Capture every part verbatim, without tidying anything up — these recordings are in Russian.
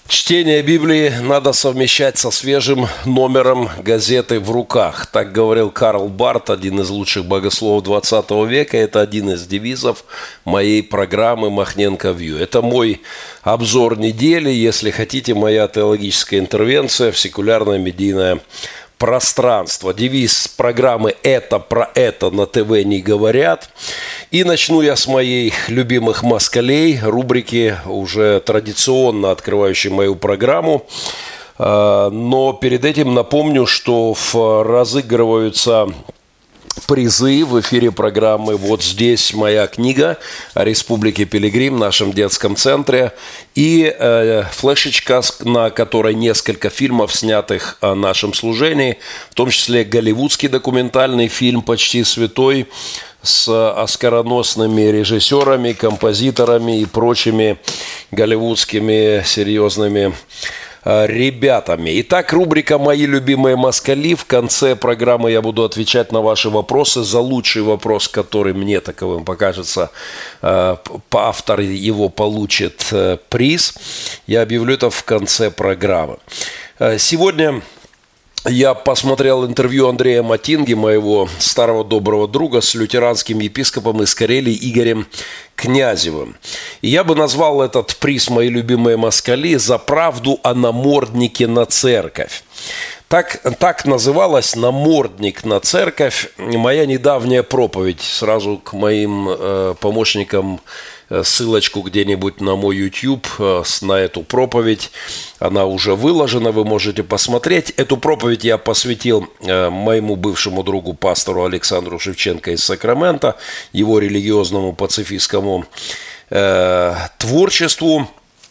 Чтение Библии надо совмещать со свежим номером газеты в руках. Так говорил Карл Барт, один из лучших богословов двадцатого века. Это один из девизов моей программы «Махненко Вью». Это мой обзор недели, если хотите, моя теологическая интервенция в секулярное медийное пространство. Девиз программы «Это про это на ТВ не говорят». И начну я с моих любимых москалей, рубрики, уже традиционно открывающей мою программу. Но перед этим напомню, что разыгрываются призы в эфире программы. Вот здесь моя книга о Республике Пилигрим, нашем детском центре. И э, флешечка, на которой несколько фильмов, снятых о нашем служении. В том числе голливудский документальный фильм «Почти святой» с оскароносными режиссерами, композиторами и прочими голливудскими серьезными ребятами. Итак, рубрика «Мои любимые москали». В конце программы я буду отвечать на ваши вопросы. За лучший вопрос, который мне таковым покажется, автор его получит приз. Я объявлю это в конце программы. Сегодня я посмотрел интервью Андрея Матинги, моего старого доброго друга, с лютеранским епископом из Карелии Игорем Князевым. И я бы назвал этот приз «Мои любимые москали» за правду о наморднике на церковь. Так, так называлась «Намордник на церковь» моя недавняя проповедь. Сразу к моим э, помощникам ссылочку где-нибудь на мой YouTube на эту проповедь. Она уже выложена, вы можете посмотреть. Эту проповедь я посвятил моему бывшему другу, пастору Александру Шевченко из Сакрамента, его религиозному пацифистскому э, творчеству.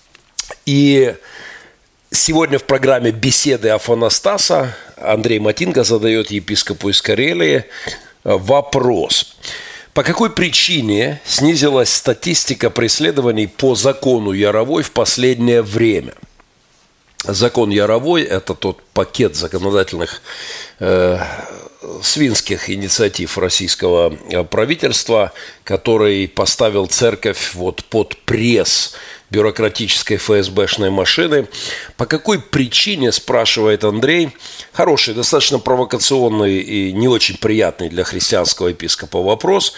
И сегодня в программе «Беседы Афанастаса» Андрей Матинга задает епископу из Карелии вопрос. По какой причине снизилась статистика преследований по закону Яровой в последнее время? Закон Яровой – это тот пакет законодательных э, свинских инициатив российского правительства, который поставил церковь вот под пресс бюрократической эф эс бэшной машины. По какой причине, спрашивает Андрей, хороший, достаточно провокационный и не очень приятный для христианского епископа вопрос.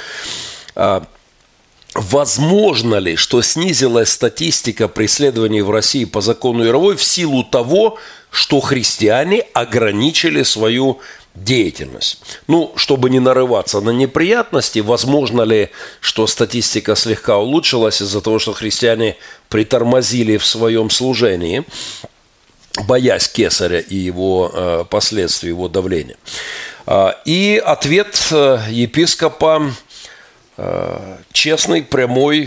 Возможно ли, что снизилась статистика преследований в России по закону Яровой в силу того, что христиане ограничили свою деятельность? Ну, чтобы не нарываться на неприятности, возможно ли, что статистика слегка улучшилась из-за того, что христиане притормозили в своем служении, боясь кесаря и его э, последствий, его давления? Э, и ответ э, епископа э, честный, прямой.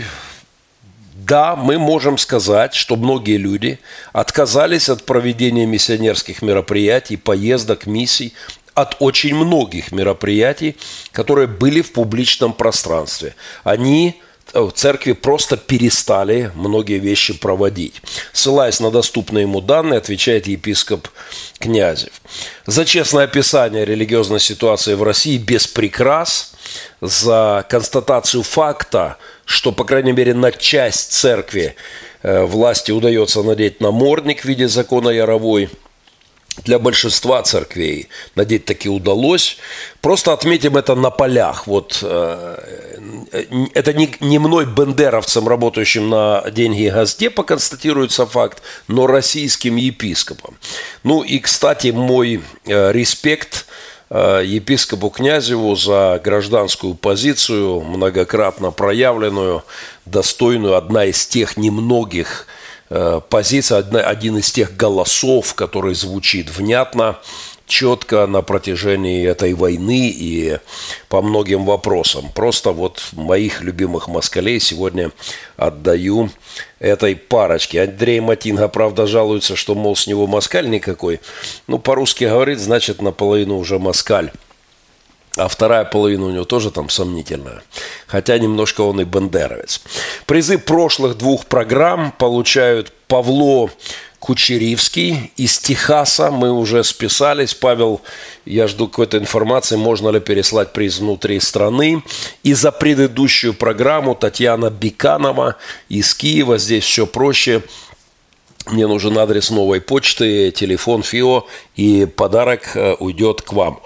Да, мы можем сказать, что многие люди отказались от проведения миссионерских мероприятий, поездок, миссий, от очень многих мероприятий, которые были в публичном пространстве. Они в церкви просто перестали многие вещи проводить. Ссылаясь на доступные ему данные, отвечает епископ Князев. За честное описание религиозной ситуации в России без прикрас, за констатацию факта, что, по крайней мере, на часть церкви э, власти удается надеть намордник в виде закона Яровой. Для большинства церквей надеть таки удалось. Просто отметим это на полях. Вот, э, это не, не мной, бендеровцем, работающим на деньги Госдепа, констатируется факт, но российским епископом. Ну и, кстати, мой э, респект э, епископу Князеву за гражданскую позицию, многократно проявленную, достойную, одна из тех немногих позиция, один из тех голосов, который звучит внятно, четко на протяжении этой войны и по многим вопросам. Просто вот моих любимых москалей сегодня отдаю этой парочке. Андрей Матинга, правда, жалуется, что, мол, с него москаль никакой. Ну, по-русски говорит, значит, наполовину уже москаль. А вторая половина у него тоже там сомнительная. Хотя немножко он и бендеровец. Призы прошлых двух программ получают Павло Кучеревский из Техаса. Мы уже списались. Павел, я жду какой-то информации, можно ли переслать приз внутри страны. И за предыдущую программу Татьяна Биканова из Киева. Здесь все проще. Мне нужен адрес новой почты, телефон ФИО, и подарок уйдет к вам.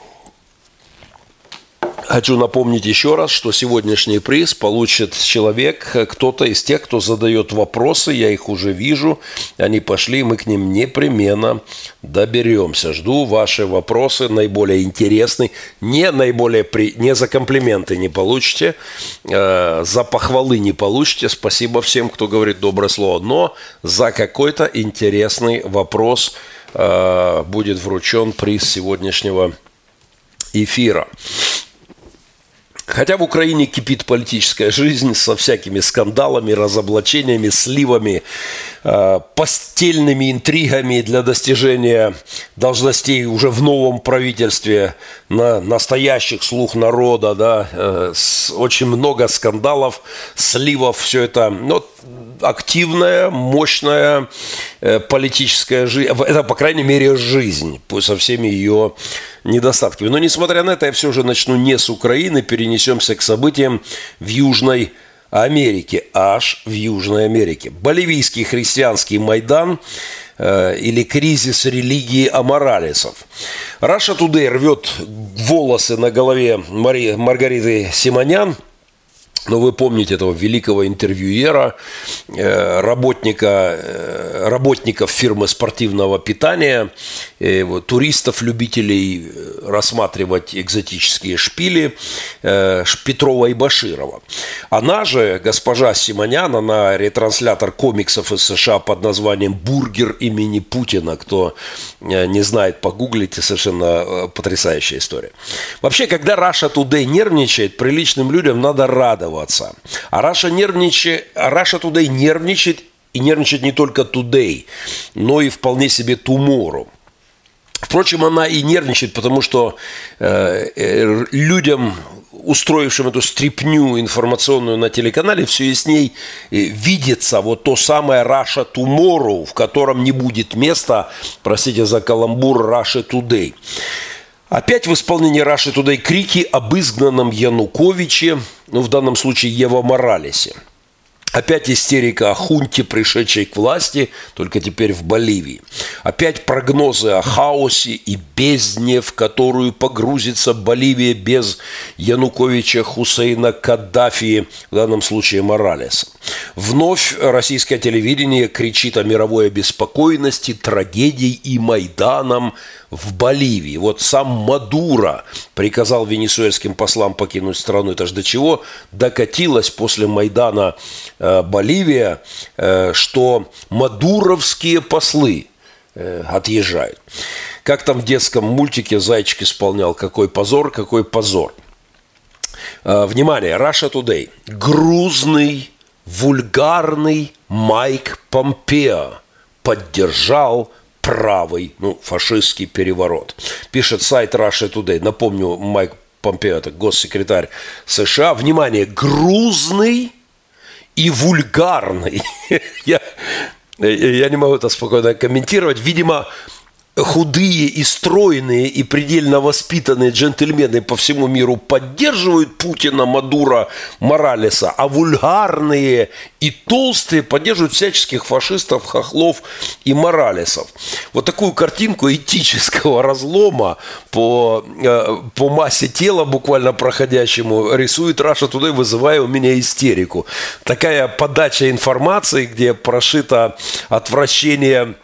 Хочу напомнить еще раз, что сегодняшний приз получит человек, кто-то из тех, кто задает вопросы. Я их уже вижу. Они пошли, мы к ним непременно доберемся. Жду ваши вопросы, наиболее интересные. Не наиболее при... не за комплименты не получите, э, за похвалы не получите. Спасибо всем, кто говорит доброе слово. Но за какой-то интересный вопрос э, будет вручен приз сегодняшнего эфира. Хотя в Украине кипит политическая жизнь со всякими скандалами, разоблачениями, сливами, э, постельными интригами для достижения должностей уже в новом правительстве, на настоящих слуг народа, да, э, с, очень много скандалов, сливов, все это, ну, активная, мощная э, политическая жизнь, это, по крайней мере, жизнь, со всеми ее недостатками. Но, несмотря на это, я все же начну не с Украины, перенесемся к событиям в Южной Америке, аж в Южной Америке. Боливийский христианский Майдан э, или кризис религии аморалисов. Russia Today рвет волосы на голове Мари, Маргариты Симонян. Но вы помните этого великого интервьюера, работника, работников фирмы спортивного питания, туристов, любителей рассматривать экзотические шпили Петрова и Баширова. Она же, госпожа Симонян, она ретранслятор комиксов из США под названием «Бургер имени Путина». Кто не знает, погуглите, совершенно потрясающая история. Вообще, когда Russia Today нервничает, приличным людям надо радоваться. А Russia, нервничает, а Russia Today нервничает, и нервничает не только Today, но и вполне себе Tomorrow. Впрочем, она и нервничает, потому что э, э, людям, устроившим эту стряпню информационную на телеканале, все ясней э, видится вот то самое Russia Tomorrow, в котором не будет места, простите за каламбур, Russia Today. Опять в исполнении Russia Today крики об изгнанном Януковиче, ну, в данном случае Ево Моралесе. Опять истерика о хунте, пришедшей к власти, только теперь в Боливии. Опять прогнозы о хаосе и бездне, в которую погрузится Боливия без Януковича, Хусейна, Каддафи, в данном случае Моралеса. Вновь российское телевидение кричит о мировой обеспокоенности, трагедии и Майданом в Боливии. Вот сам Мадуро приказал венесуэльским послам покинуть страну. Это же до чего докатилось после Майдана э, Боливия, э, что мадуровские послы э, отъезжают. Как там в детском мультике зайчик исполнял: какой позор, какой позор. Э, внимание, Russia Today. Грузный, вульгарный Майк Помпео поддержал правый, ну, фашистский переворот. Пишет сайт Russia Today. Напомню, Майк Помпео, это госсекретарь США. Внимание, грузный и вульгарный. я, я не могу это спокойно комментировать. Видимо, худые и стройные и предельно воспитанные джентльмены по всему миру поддерживают Путина, Мадуро, Моралеса, а вульгарные и толстые поддерживают всяческих фашистов, хохлов и Моралесов. Вот такую картинку этического разлома по, по массе тела, буквально проходящему, рисует Russia Today, вызывая у меня истерику. Такая подача информации, где прошито отвращение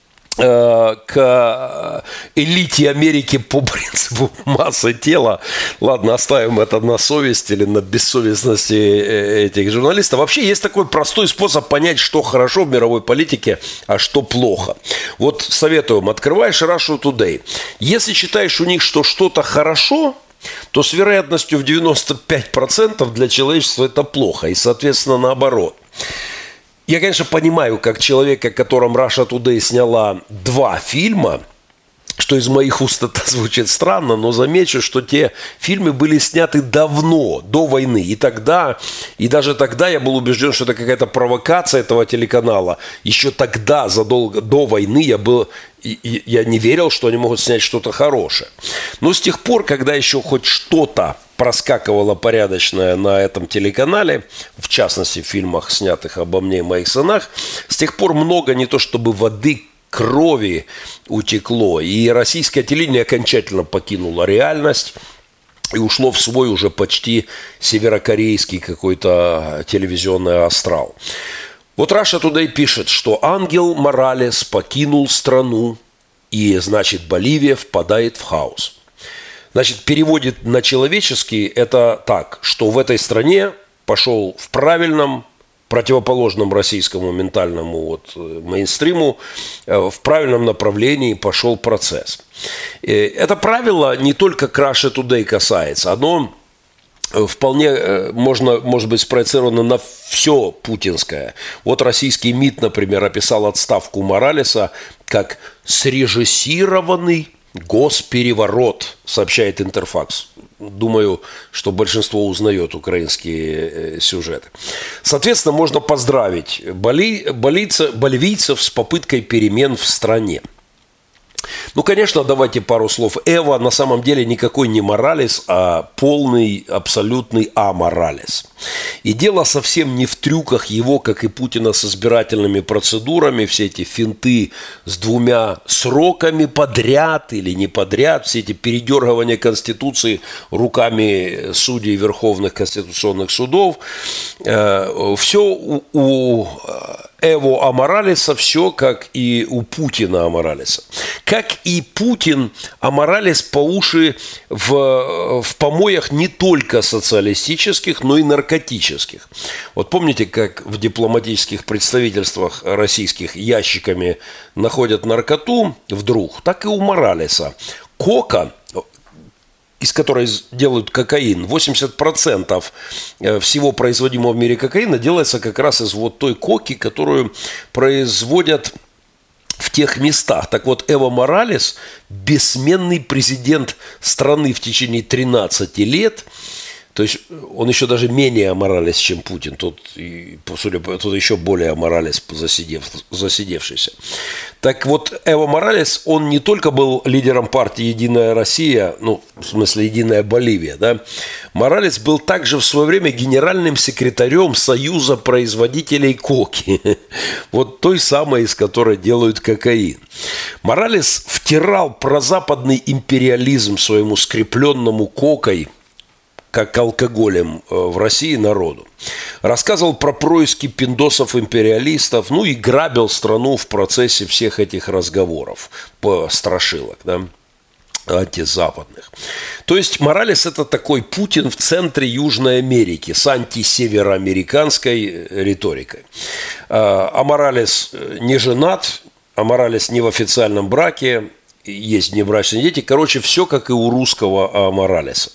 к элите Америки по принципу массы тела. Ладно, оставим это на совесть или на бессовестности этих журналистов. Вообще есть такой простой способ понять, что хорошо в мировой политике, а что плохо. Вот советую вам, открываешь Russia Today. Если считаешь у них, что что-то хорошо, то с вероятностью в девяносто пять процентов для человечества это плохо. И, соответственно, наоборот. Я, конечно, понимаю, как человек, о котором Russia Today сняла два фильма, что из моих уст это звучит странно, но замечу, что те фильмы были сняты давно, до войны. И тогда, и даже тогда я был убежден, что это какая-то провокация этого телеканала. Еще тогда, задолго до войны, я был я не верил, что они могут снять что-то хорошее. Но с тех пор, когда еще хоть что-то проскакивало порядочное на этом телеканале, в частности, в фильмах, снятых обо мне и моих сынах, с тех пор много не то чтобы воды, крови утекло. И российское телевидение окончательно покинуло реальность и ушло в свой уже почти северокорейский какой-то телевизионный астрал. Вот Russia Today пишет, что Ангел Моралес покинул страну, и, значит, Боливия впадает в хаос. Значит, переводит на человеческий это так, что в этой стране пошел в правильном, противоположном российскому ментальному вот, мейнстриму, в правильном направлении пошел процесс. Это правило не только Russia Today касается, оно вполне можно, может быть спроецировано на все путинское. Вот российский МИД, например, описал отставку Моралеса как срежиссированный госпереворот, сообщает Интерфакс. Думаю, что большинство узнает украинские сюжеты. Соответственно, можно поздравить боли, болийца, боливийцев с попыткой перемен в стране. Ну, конечно, давайте пару слов. Эво на самом деле никакой не Моралес, а полный, абсолютный аморалес. И дело совсем не в трюках его, как и Путина, с избирательными процедурами, все эти финты с двумя сроками подряд или не подряд, все эти передергивания Конституции руками судей Верховных Конституционных судов. Все у, у Эво Аморалеса, все как и у Путина Аморалеса. Как и Путин, Аморалес по уши в, в помоях не только социалистических, но и наркотических. Вот помните, как в дипломатических представительствах российских ящиками находят наркоту вдруг, так и у Моралеса. Кока, из которой делают кокаин, восемьдесят процентов всего производимого в мире кокаина делается как раз из вот той коки, которую производят в тех местах. Так вот, Эво Моралес, бессменный президент страны в течение тринадцати лет, то есть он еще даже менее Моралес, чем Путин, тут, судя по тут еще более Моралес засидев, засидевшийся. Так вот, Эво Моралес, он не только был лидером партии «Единая Россия», ну, в смысле «Единая Боливия», да, Моралес был также в свое время генеральным секретарем Союза производителей коки, вот той самой, из которой делают кокаин. Моралес втирал прозападный империализм своему скрепленному кокой, как алкоголем в России народу. Рассказывал про происки пиндосов-империалистов, ну и грабил страну в процессе всех этих разговоров, по страшилок, да, антизападных. То есть Моралес – это такой Путин в центре Южной Америки с антисевероамериканской риторикой. А Моралес не женат, а Моралес не в официальном браке, есть внебрачные дети. Короче, все как и у русского Моралеса.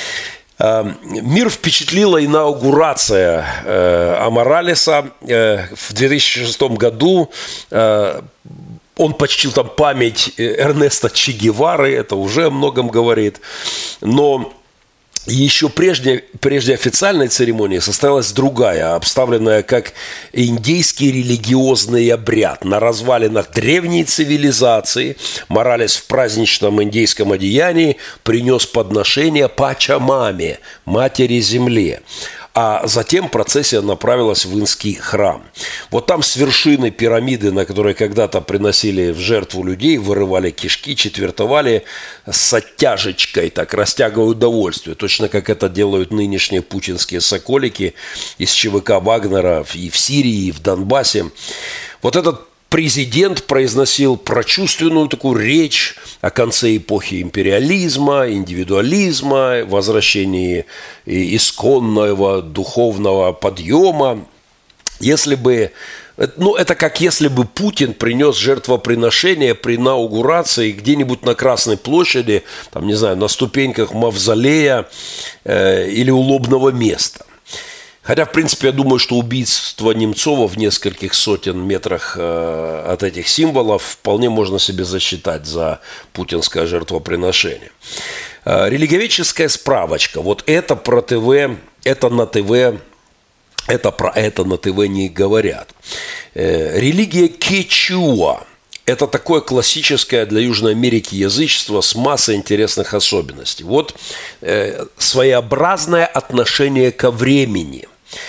Мир впечатлила инаугурация э, Аморалеса э, в две тысячи шестом году. Э, он почтил там память Эрнеста Че Гевары, это уже о многом говорит. Но еще прежде, прежде официальной церемонии состоялась другая, обставленная как индейский религиозный обряд. На развалинах древней цивилизации Моралес в праздничном индейском одеянии принес подношение Пачамаме, матери земле. А затем процессия направилась в инский храм. Вот там с вершины пирамиды, на которой когда-то приносили в жертву людей, вырывали кишки, четвертовали с оттяжечкой, так растягивая удовольствие. Точно как это делают нынешние путинские соколики из ЧВК Вагнера и в Сирии, и в Донбассе. Вот этот президент произносил прочувственную такую речь о конце эпохи империализма, индивидуализма, возвращении исконного духовного подъема. Если бы, ну, это как если бы Путин принес жертвоприношение при инаугурации где-нибудь на Красной площади, там, не знаю, на ступеньках мавзолея э, или у лобного места. Хотя, в принципе, я думаю, что убийство Немцова в нескольких сотен метрах э, от этих символов вполне можно себе засчитать за путинское жертвоприношение. Э, религиоведческая справочка. Вот это про ТВ, это на ТВ, это про это на ТВ не говорят. Э, религия Кечуа – это такое классическое для Южной Америки язычество с массой интересных особенностей. Вот э, своеобразное отношение ко времени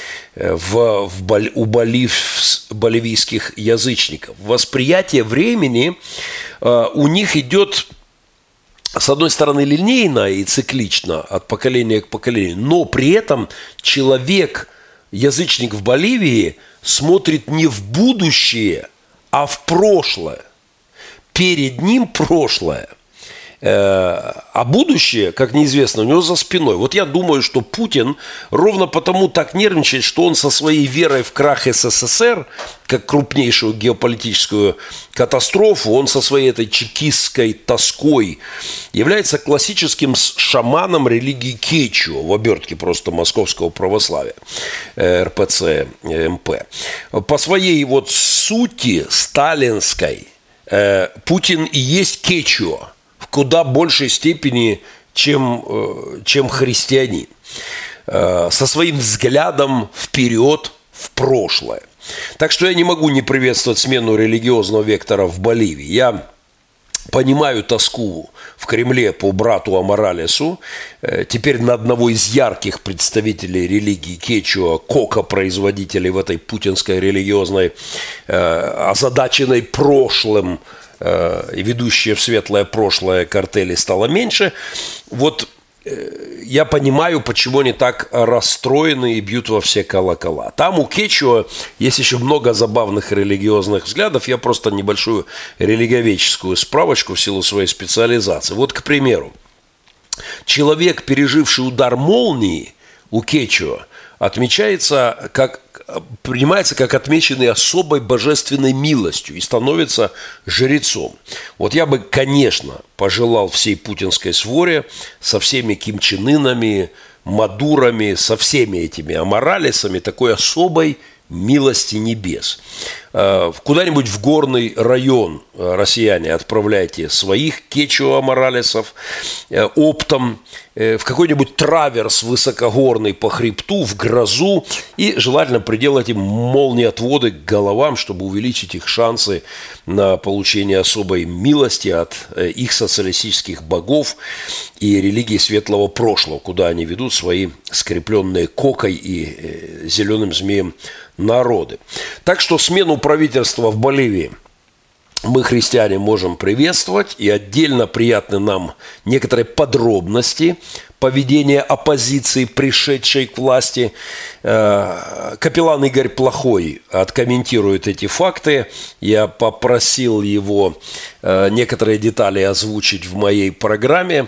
в, в, у болив, боливийских язычников. Восприятие времени э, у них идет, с одной стороны, линейно и циклично от поколения к поколению, но при этом человек, язычник в Боливии, смотрит не в будущее, а в прошлое. Перед ним прошлое. А будущее, как неизвестно, у него за спиной. Вот я думаю, что Путин ровно потому так нервничает, что он со своей верой в крах СССР, как крупнейшую геополитическую катастрофу, он со своей этой чекистской тоской является классическим шаманом религии кечуа, в обертке просто московского православия, эр пэ цэ эм пэ. По своей вот сути сталинской Путин и есть кечуа. В куда большей степени, чем, чем христианин, со своим взглядом вперед в прошлое. Так что я не могу не приветствовать смену религиозного вектора в Боливии. Я понимаю тоску в Кремле по брату Аморалесу, теперь на одного из ярких представителей религии кечуа, кока-производителей в этой путинской религиозной, озадаченной прошлым, и ведущие в светлое прошлое картели стало меньше. Вот я понимаю, почему они так расстроены и бьют во все колокола. Там у кечуа есть еще много забавных религиозных взглядов. Я просто небольшую религиоведческую справочку в силу своей специализации. Вот, к примеру, человек, переживший удар молнии у кечуа, отмечается как, принимается как отмеченный особой божественной милостью и становится жрецом. Вот я бы, конечно, пожелал всей путинской своре со всеми Ким Чен Ынами, Мадурами, со всеми этими Аморалесами такой особой милости небес. Куда-нибудь в горный район россияне отправляйте своих кечуа-аморалесов оптом, в какой-нибудь траверс высокогорный по хребту, в грозу, и желательно приделать им молниеотводы к головам, чтобы увеличить их шансы на получение особой милости от их социалистических богов и религии светлого прошлого, куда они ведут свои скрепленные кокой и зеленым змеем народы. Так что смену правительства в Боливии мы, христиане, можем приветствовать, и отдельно приятны нам некоторые подробности поведения оппозиции, пришедшей к власти. Капеллан Игорь Плохой откомментирует эти факты. Я попросил его некоторые детали озвучить в моей программе.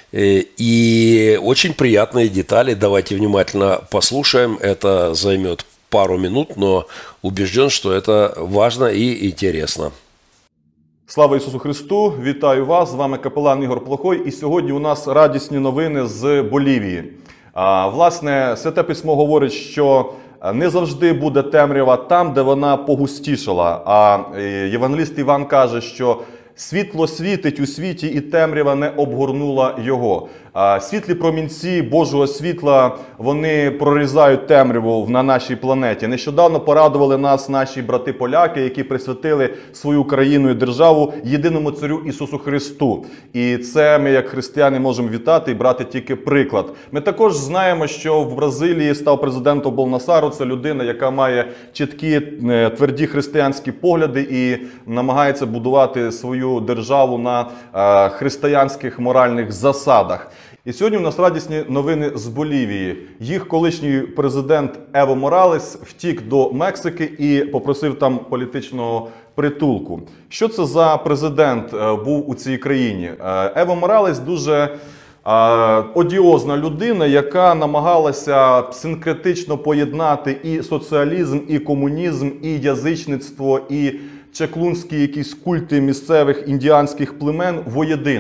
И очень приятные детали. Давайте внимательно послушаем. Это займет пару минут, но убежден, что это важно и интересно. Слава Ісусу Христу! Вітаю вас! З вами капелан Ігор Плохой. І сьогодні у нас радісні новини з Болівії. А, власне, Святе Письмо говорить, що не завжди буде темрява там, де вона погустішала. А євангеліст Іван каже, що світло світить у світі, і темрява не обгорнула його. Світлі промінці Божого світла, вони прорізають темряву на нашій планеті. Нещодавно порадували нас наші брати-поляки, які присвятили свою країну і державу єдиному царю Ісусу Христу. І це ми, як християни, можемо вітати і брати тільки приклад. Ми також знаємо, що в Бразилії став президентом Болнасару. Це людина, яка має чіткі, тверді християнські погляди і намагається будувати свою державу на християнських моральних засадах. І сьогодні у нас радісні новини з Болівії. Їх колишній президент Ево Моралес втік до Мексики і попросив там політичного притулку. Що це за президент був у цій країні? Ево Моралес дуже одіозна людина, яка намагалася синкретично поєднати і соціалізм, і комунізм, і язичництво, і чаклунські якісь культи місцевих індіанських племен воєдино.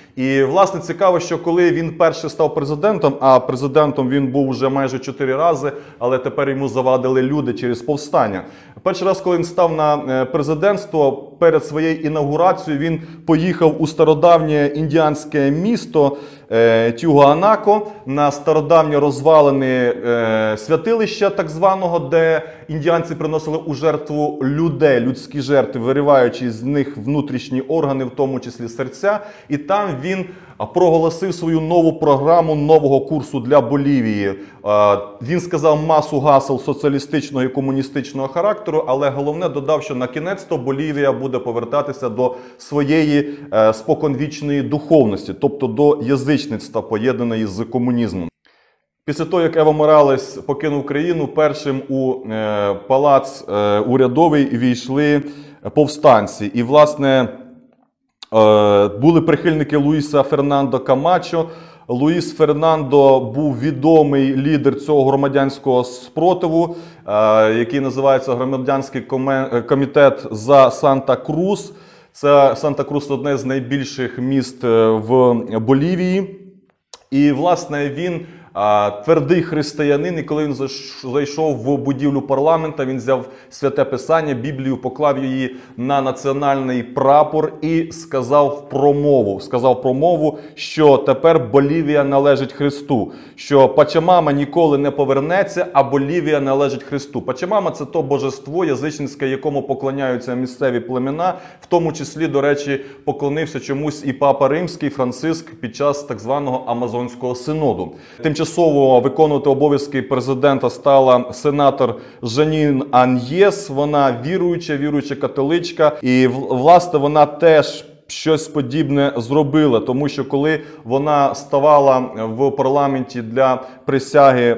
І, власне, цікаво, що коли він перше став президентом, а президентом він був вже майже чотири рази, але тепер йому завадили люди через повстання. Перший раз, коли він став на президентство, перед своєю інаугурацією він поїхав у стародавнє індіанське місто Тіуанако, на стародавні розвалини святилища так званого, де індіанці приносили у жертву людей, людські жертви, вириваючи з них внутрішні органи, в тому числі серця. І там він проголосив свою нову програму нового курсу для Болівії. Він сказав масу гасел соціалістичного і комуністичного характеру, але головне додав, що на кінець-то Болівія буде повертатися до своєї споконвічної духовності, тобто до язичництва, поєднаної з комунізмом. Після того, як Ево Моралес покинув країну, першим у е, палац е, урядовий війшли повстанці. І, власне, е, були прихильники Луїса Фернандо Камачо. Луїс Фернандо був відомий лідер цього громадянського спротиву, е, який називається Громадянський комітет за Санта-Крус. Це Санта-Крус – одне з найбільших міст в Болівії. І, власне, він а, твердий християнин, і коли він зайшов в будівлю парламента, він взяв Святе Писання, Біблію, поклав її на національний прапор і сказав промову. Сказав промову, що тепер Болівія належить Христу, що Пачамама ніколи не повернеться, а Болівія належить Христу. Пачамама – це то божество язичницьке, якому поклоняються місцеві племена, в тому числі, до речі, поклонився чомусь і Папа Римський Франциск під час так званого Амазонського синоду. Тимчасово виконувати обов'язки президента стала сенатор Жанін Аньєс. Вона віруюча, віруюча католичка. І, власне, вона теж щось подібне зробила, тому що коли вона ставала в парламенті для присяги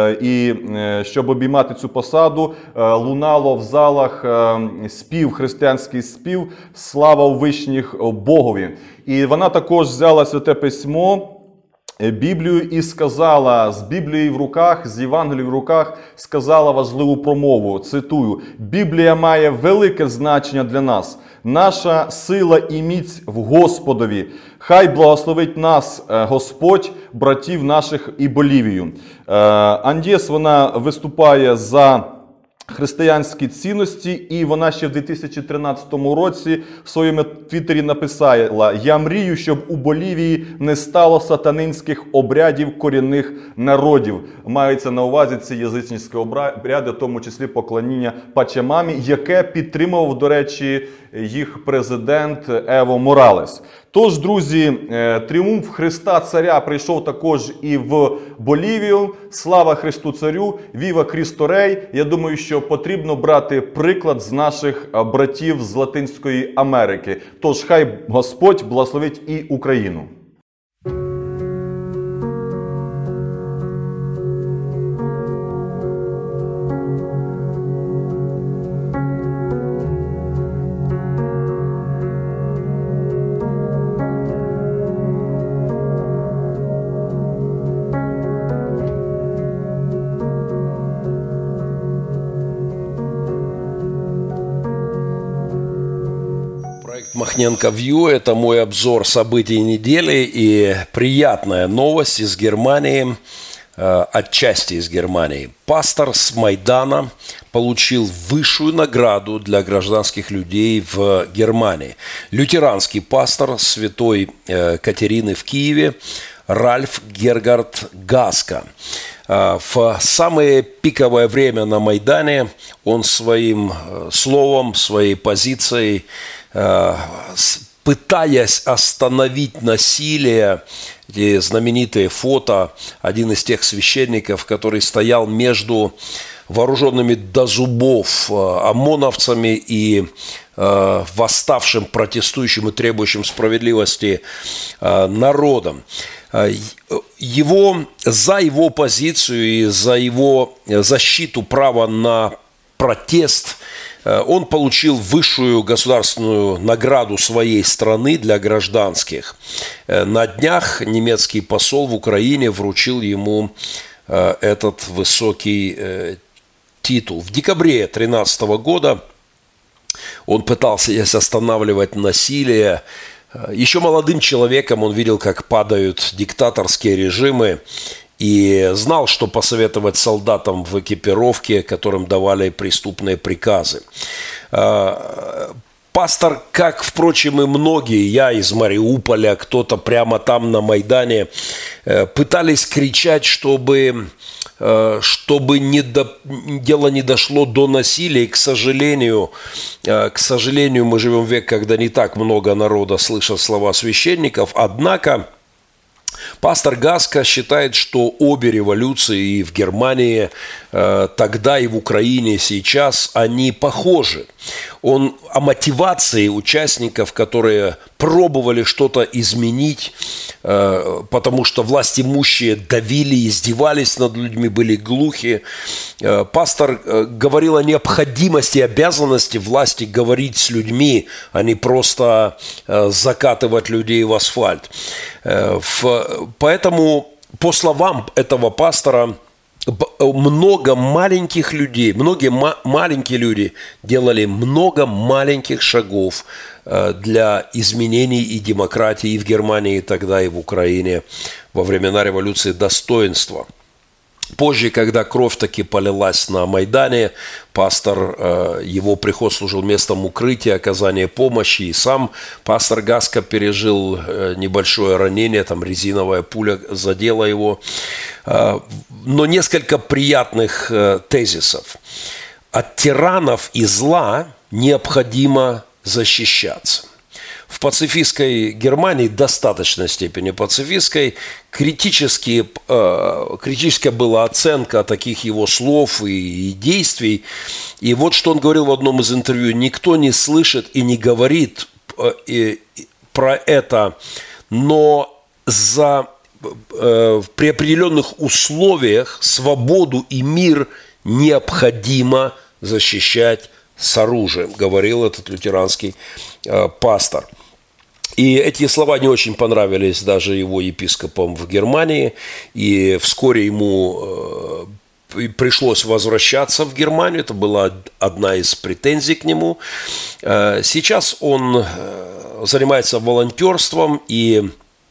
і щоб обіймати цю посаду, лунало в залах спів, християнський спів «Слава у вишніх Богові». І вона також взяла Святе Письмо, Біблію, і сказала, з Біблією в руках, з Євангелією в руках, сказала важливу промову, цитую: «Біблія має велике значення для нас. Наша сила і міць в Господові. Хай благословить нас Господь, братів наших і Болівію». Аньєс, вона виступає за християнські цінності, і вона ще в дві тисячі тринадцятому році в своєму твіттері написала: «Я мрію, щоб у Болівії не стало сатанинських обрядів корінних народів». Маються на увазі ці язичницькі обряди, в тому числі поклоніння Пачамамі, яке підтримував, до речі, їх президент Ево Моралес. Тож, друзі, тріумф Христа Царя прийшов також і в Болівію. Слава Христу Царю! Віва Крісто Рей! Я думаю, що потрібно брати приклад з наших братів з Латинської Америки. Тож, хай Господь благословить і Україну. Махненко Вью – это мой обзор событий недели, и приятная новость из Германии, э, отчасти из Германии. Пастор с Майдана получил высшую награду для гражданских людей в Германии. Лютеранский пастор святой э, Катерины в Киеве Ральф Гергард Гаска. В самое пиковое время на Майдане он своим словом, своей позицией, пытаясь остановить насилие, эти знаменитые фото, один из тех священников, который стоял между вооруженными до зубов ОМОНовцами и восставшим, протестующим и требующим справедливости народом. Его, за его позицию и за его защиту права на протест он получил высшую государственную награду своей страны для гражданских. На днях немецкий посол в Украине вручил ему этот высокий титул. В декабре две тысячи тринадцатого года он пытался здесь останавливать насилие Еще молодым человеком он видел, как падают диктаторские режимы, и знал, что посоветовать солдатам в экипировке, которым давали преступные приказы. Пастор, как, впрочем, и многие, я из Мариуполя, кто-то прямо там на Майдане, пытались кричать, чтобы, чтобы не до, дело не дошло до насилия. И, к сожалению, к сожалению, мы живем в век, когда не так много народа слышат слова священников. Однако пастор Гаска считает, что обе революции и в Германии тогда, и в Украине сейчас, они похожи. Он о мотивации участников, которые пробовали что-то изменить, потому что власть имущие давили, издевались над людьми, были глухи. Пастор говорил о необходимости и обязанности власти говорить с людьми, а не просто закатывать людей в асфальт. Поэтому, по словам этого пастора, много маленьких людей, многие ма- маленькие люди делали много маленьких шагов э, для изменений и демократии и в Германии тогда, и в Украине во времена революции достоинства. Позже, когда кровь таки полилась на Майдане, пастор, э, его приход служил местом укрытия, оказания помощи. И сам пастор Гаска пережил э, небольшое ранение, там резиновая пуля задела его. Э, но несколько приятных э, тезисов. От тиранов и зла необходимо защищаться. В пацифистской Германии, достаточной степени пацифистской, критически, э, критическая была оценка таких его слов и, и действий. И вот что он говорил в одном из интервью: никто не слышит и не говорит э, э, про это, но за, э, при определенных условиях свободу и мир необходимо защищать с оружием, говорил этот лютеранский э, пастор. И эти слова не очень понравились даже его епископам в Германии, и вскоре ему э, пришлось возвращаться в Германию, это была одна из претензий к нему. Э, сейчас он э, занимается волонтерством и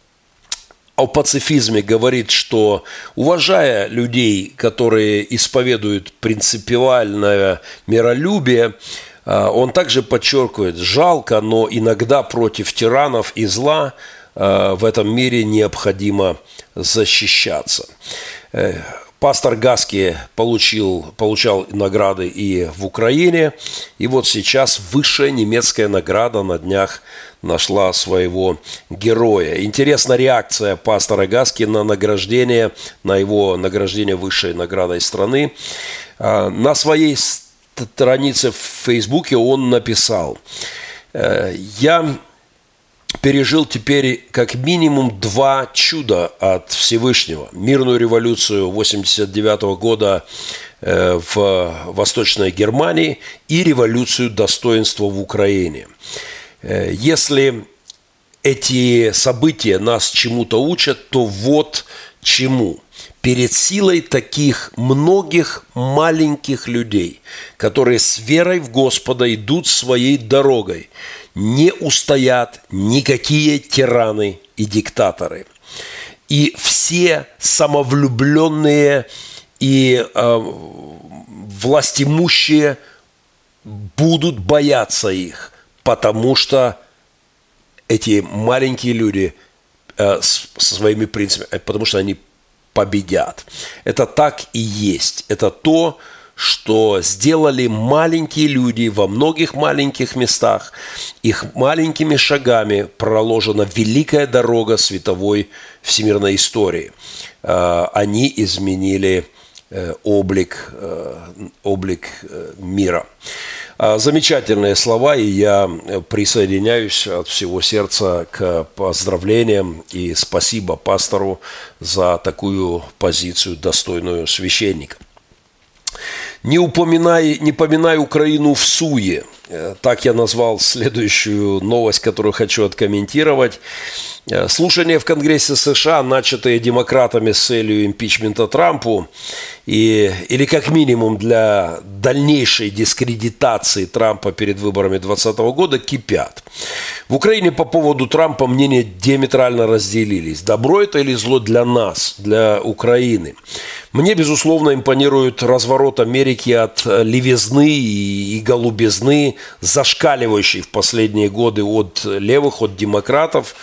о пацифизме говорит, что, уважая людей, которые исповедуют принципиальное миролюбие, он также подчеркивает: жалко, но иногда против тиранов и зла в этом мире необходимо защищаться. Пастор Гаски получил, получал награды и в Украине, и вот сейчас высшая немецкая награда на днях нашла своего героя. Интересна реакция пастора Гаски на награждение, на его награждение высшей наградой страны. На своей странице в Фейсбуке он написал: «Я пережил теперь как минимум два чуда от Всевышнего. Мирную революцию восемьдесят девятого года в Восточной Германии и революцию достоинства в Украине. Если эти события нас чему-то учат, то вот чему. Перед силой таких многих маленьких людей, которые с верой в Господа идут своей дорогой, не устоят никакие тираны и диктаторы. И все самовлюбленные и э, властимущие будут бояться их, потому что эти маленькие люди э, со своими принципами, потому что они победят. Это так и есть. Это то, что сделали маленькие люди во многих маленьких местах. Их маленькими шагами проложена великая дорога световой всемирной истории. Они изменили облик, облик мира. Замечательные слова, и я присоединяюсь от всего сердца к поздравлениям и спасибо пастору за такую позицию, достойную священника. Не упоминай, не поминай Украину в суе. Так я назвал следующую новость, которую хочу откомментировать. Слушания в Конгрессе США, начатые демократами с целью импичмента Трампу, и, или как минимум для дальнейшей дискредитации Трампа перед выборами двадцатого года, кипят. В Украине по поводу Трампа мнения диаметрально разделились. Добро это или зло для нас, для Украины? Мне, безусловно, импонирует разворот Америки от левизны и голубизны, зашкаливающей в последние годы от левых, от демократов.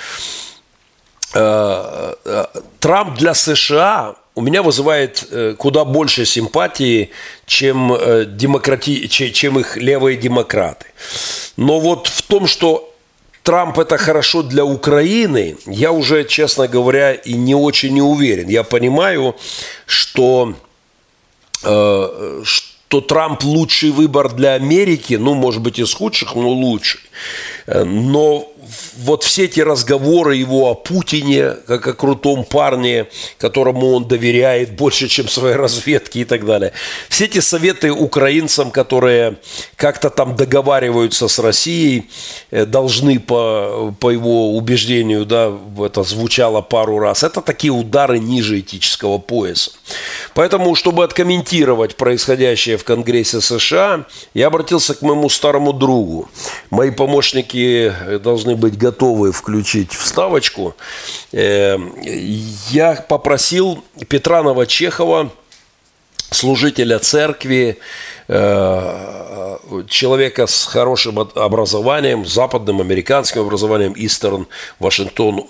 Трамп для США у меня вызывает куда больше симпатии, чем, демократи... чем их левые демократы. Но вот в том, что Трамп это хорошо для Украины, я уже, честно говоря, и не очень не уверен. Я понимаю, что, э, что Трамп лучший выбор для Америки, ну, может быть, из худших, но лучший. Но вот все эти разговоры его о Путине, как о крутом парне, которому он доверяет больше, чем своей разведке и так далее. Все эти советы украинцам, которые как-то там договариваются с Россией, должны, по, по его убеждению, да, это звучало пару раз, это такие удары ниже этического пояса. Поэтому, чтобы откомментировать происходящее в Конгрессе США, я обратился к моему старому другу. Мои помощники должны быть готовы включить вставочку. Я попросил Петра Новочехова, служителя церкви, человека с хорошим образованием, западным американским образованием, Eastern Washington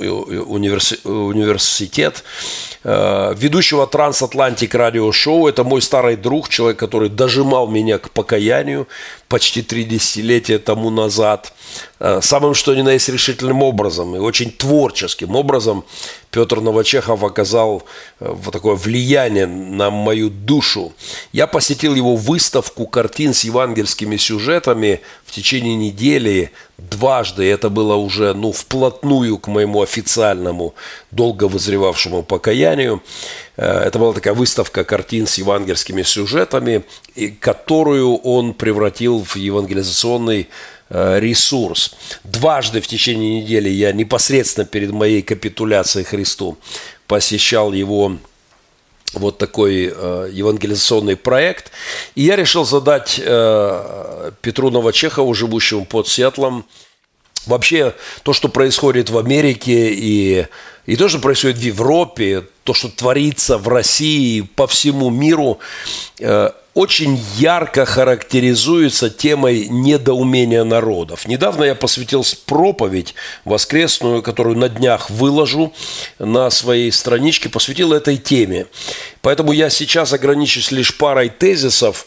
университет, ведущего Трансатлантик радиошоу. Это мой старый друг, человек, который дожимал меня к покаянию почти три десятилетия тому назад. Самым что ни на есть решительным образом и очень творческим образом Петр Новочехов оказал вот такое влияние на мою душу. Я посетил его выставку картин с евангельскими сюжетами в течение недели дважды. Это было уже ну, вплотную к моему официальному, долго вызревавшему покаянию. Это была такая выставка картин с евангельскими сюжетами, которую он превратил в евангелизационный ресурс. Дважды в течение недели я непосредственно перед моей капитуляцией Христу посещал его вот такой э, евангелизационный проект. И я решил задать э, Петру Новочехову, живущему под Сиэтлом, вообще то, что происходит в Америке и, и то, что происходит в Европе, то, что творится в России, по всему миру, э, очень ярко характеризуется темой недоумения народов. Недавно я посвятил проповедь воскресную, которую на днях выложу на своей страничке, посвятил этой теме. Поэтому я сейчас ограничусь лишь парой тезисов,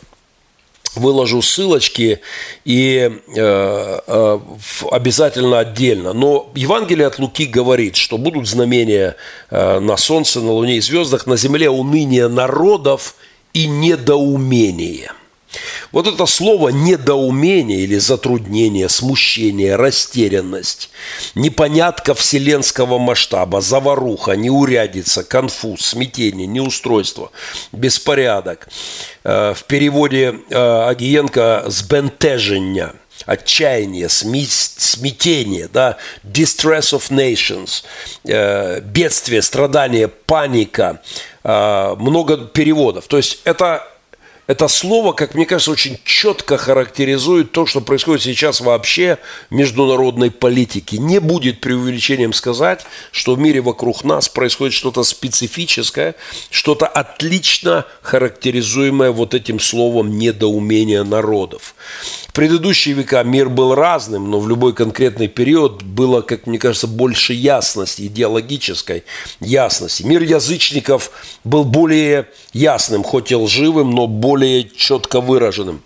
выложу ссылочки и э, э, обязательно отдельно. Но Евангелие от Луки говорит, что будут знамения э, на солнце, на луне и звездах, на земле уныние народов и недоумение. Вот это слово недоумение или затруднение, смущение, растерянность, непонятка вселенского масштаба, заваруха, неурядица, конфуз, смятение, неустройство, беспорядок. В переводе Агиенко «сбентеження», отчаяние, смятение, да, distress of nations, бедствие, страдание, паника, много переводов. То есть это, это слово, как мне кажется, очень четко характеризует то, что происходит сейчас вообще в международной политике. Не будет преувеличением сказать, что в мире вокруг нас происходит что-то специфическое, что-то отлично характеризуемое вот этим словом недоумение народов. В предыдущие века мир был разным, но в любой конкретный период было, как мне кажется, больше ясности, идеологической ясности. Мир язычников был более ясным, хоть и лживым, но более четко выраженным.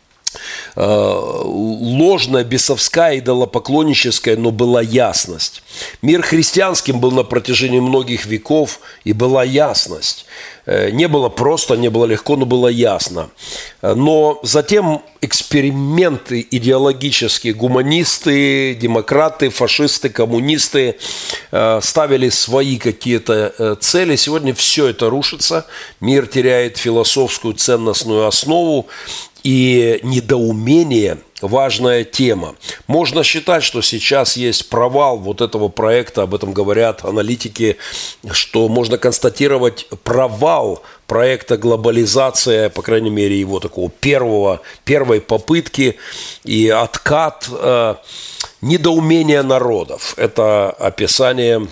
Ложная, бесовская, идолопоклонническая, но была ясность. Мир христианским был на протяжении многих веков, и была ясность. Не было просто, не было легко, но было ясно. Но затем эксперименты идеологические, гуманисты, демократы, фашисты, коммунисты ставили свои какие-то цели. Сегодня все это рушится. Мир теряет философскую ценностную основу. И недоумение – важная тема. Можно считать, что сейчас есть провал вот этого проекта, об этом говорят аналитики, что можно констатировать провал проекта глобализация, по крайней мере, его такого первого, первой попытки и откат. Недоумение народов. Это описание.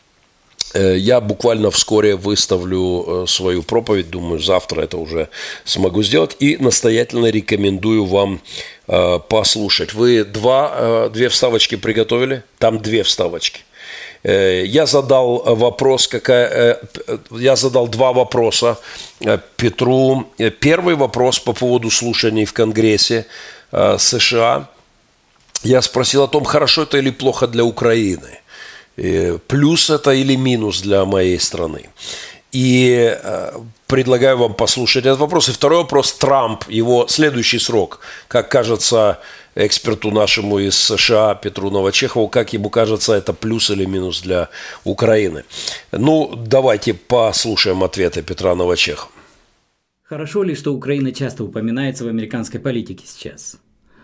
Я буквально вскоре выставлю свою проповедь, думаю, завтра это уже смогу сделать, и настоятельно рекомендую вам послушать. Вы два, две вставочки приготовили? Там две вставочки. Я задал вопрос, какая, я задал два вопроса Петру. Первый вопрос по поводу слушаний в Конгрессе США. Я спросил о том, хорошо это или плохо для Украины. Плюс это или минус для моей страны. И предлагаю вам послушать этот вопрос. И второй вопрос. Трамп, его следующий срок, как кажется эксперту нашему из США Петру Новочехову, как ему кажется, это плюс или минус для Украины. Ну, давайте послушаем ответы Петра Новочехова. Хорошо ли, что Украина часто упоминается в американской политике сейчас?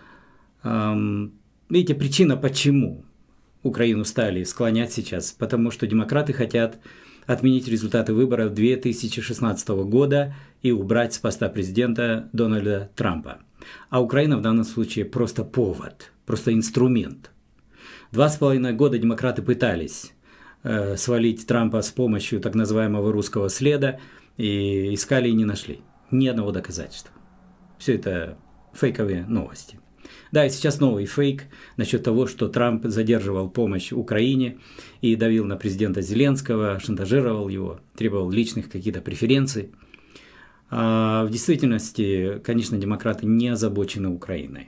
Эм, видите, причина почему Украину стали склонять сейчас, потому что демократы хотят отменить результаты выборов две тысячи шестнадцатого года и убрать с поста президента Дональда Трампа. А Украина в данном случае просто повод, просто инструмент. Два с половиной года демократы пытались э, свалить Трампа с помощью так называемого русского следа и искали и не нашли ни одного доказательства. Все это фейковые новости. Да, и сейчас новый фейк насчет того, что Трамп задерживал помощь Украине и давил на президента Зеленского, шантажировал его, требовал личных каких-то преференций. А в действительности, конечно, демократы не озабочены Украиной.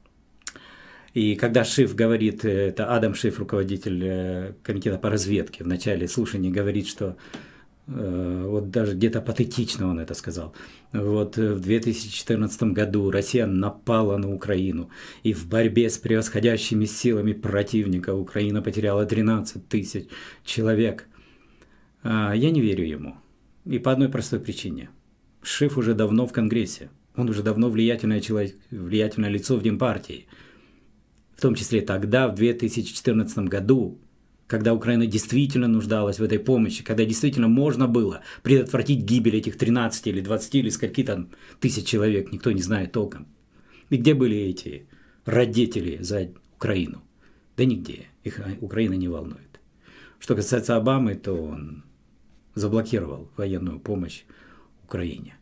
И когда Шиф говорит, это Адам Шиф, руководитель комитета по разведке, в начале слушания говорит, что вот даже где-то патетично он это сказал. Вот в две тысячи четырнадцатом году Россия напала на Украину, и в борьбе с превосходящими силами противника Украина потеряла тринадцать тысяч человек. Я не верю ему. И по одной простой причине. Шиф уже давно в Конгрессе. Он уже давно влиятельное, человек, влиятельное лицо в Демпартии. В том числе тогда, в две тысячи четырнадцатом году, когда Украина действительно нуждалась в этой помощи, когда действительно можно было предотвратить гибель этих тринадцати или двадцати или скольки там тысяч человек, никто не знает толком. И где были эти родители за Украину? Да нигде. Их Украина не волнует. Что касается Обамы, то он заблокировал военную помощь Украине.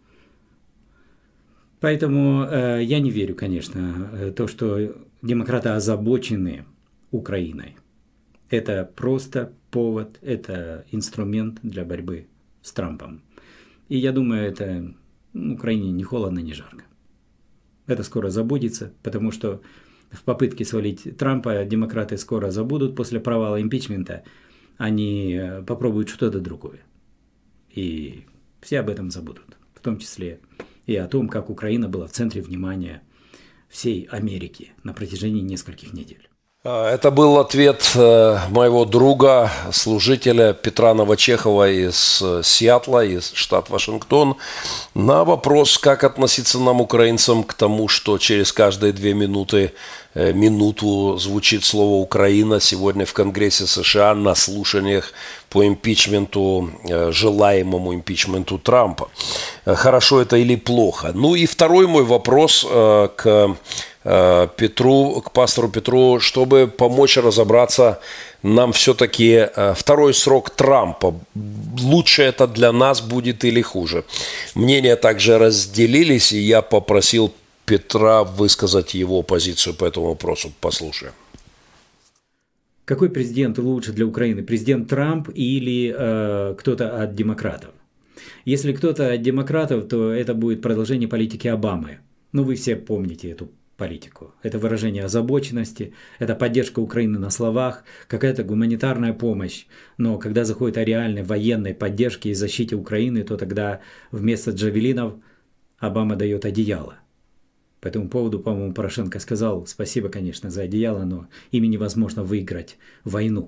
Поэтому э, я не верю, конечно, в то, что демократы озабочены Украиной. Это просто повод, это инструмент для борьбы с Трампом. И я думаю, это Украине ни холодно, ни жарко. Это скоро забудется, потому что в попытке свалить Трампа демократы скоро забудут после провала импичмента. Они попробуют что-то другое. И все об этом забудут. В том числе и о том, как Украина была в центре внимания всей Америки на протяжении нескольких недель. Это был ответ моего друга, служителя Петра Новочехова из Сиэтла, из штата Вашингтон, на вопрос, как относиться нам, украинцам, к тому, что через каждые две минуты, минуту звучит слово «Украина» сегодня в Конгрессе США на слушаниях по импичменту, желаемому импичменту Трампа. Хорошо это или плохо? Ну и второй мой вопрос к Петру, к пастору Петру, чтобы помочь разобраться нам все-таки второй срок Трампа. Лучше это для нас будет или хуже? Мнения также разделились, и я попросил Петра высказать его позицию по этому вопросу. Послушаем. Какой президент лучше для Украины? Президент Трамп или э, кто-то от демократов? Если кто-то от демократов, то это будет продолжение политики Обамы. Ну, вы все помните эту политику. Это выражение озабоченности, это поддержка Украины на словах, какая-то гуманитарная помощь. Но когда заходит о реальной военной поддержке и защите Украины, то тогда вместо джавелинов Обама дает одеяло. По этому поводу, по-моему, Порошенко сказал: спасибо, конечно, за одеяло, но ими невозможно выиграть войну.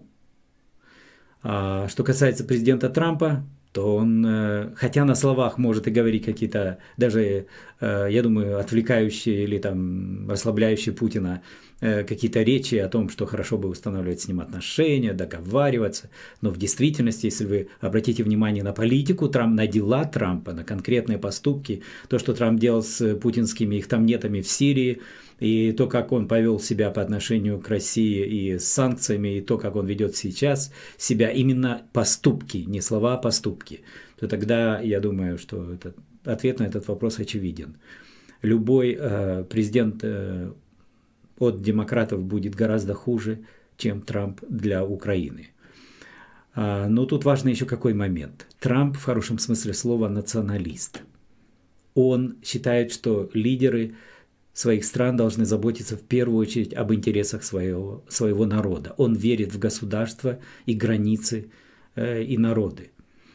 А что касается президента Трампа, то он, хотя на словах может и говорить какие-то, даже, я думаю, отвлекающие или там расслабляющие Путина какие-то речи о том, что хорошо бы устанавливать с ним отношения, договариваться. Но в действительности, если вы обратите внимание на политику Трампа, на дела Трампа, на конкретные поступки, то, что Трамп делал с путинскими их там нетами в Сирии, и то, как он повел себя по отношению к России и с санкциями, и то, как он ведет сейчас себя, именно поступки, не слова, а поступки, то тогда я думаю, что этот, ответ на этот вопрос очевиден. Любой э, президент э, от демократов будет гораздо хуже, чем Трамп для Украины. А, но тут важно еще какой момент. Трамп в хорошем смысле слова националист. Он считает, что лидеры своих стран должны заботиться в первую очередь об интересах своего, своего народа. Он верит в государство и границы э, и народы.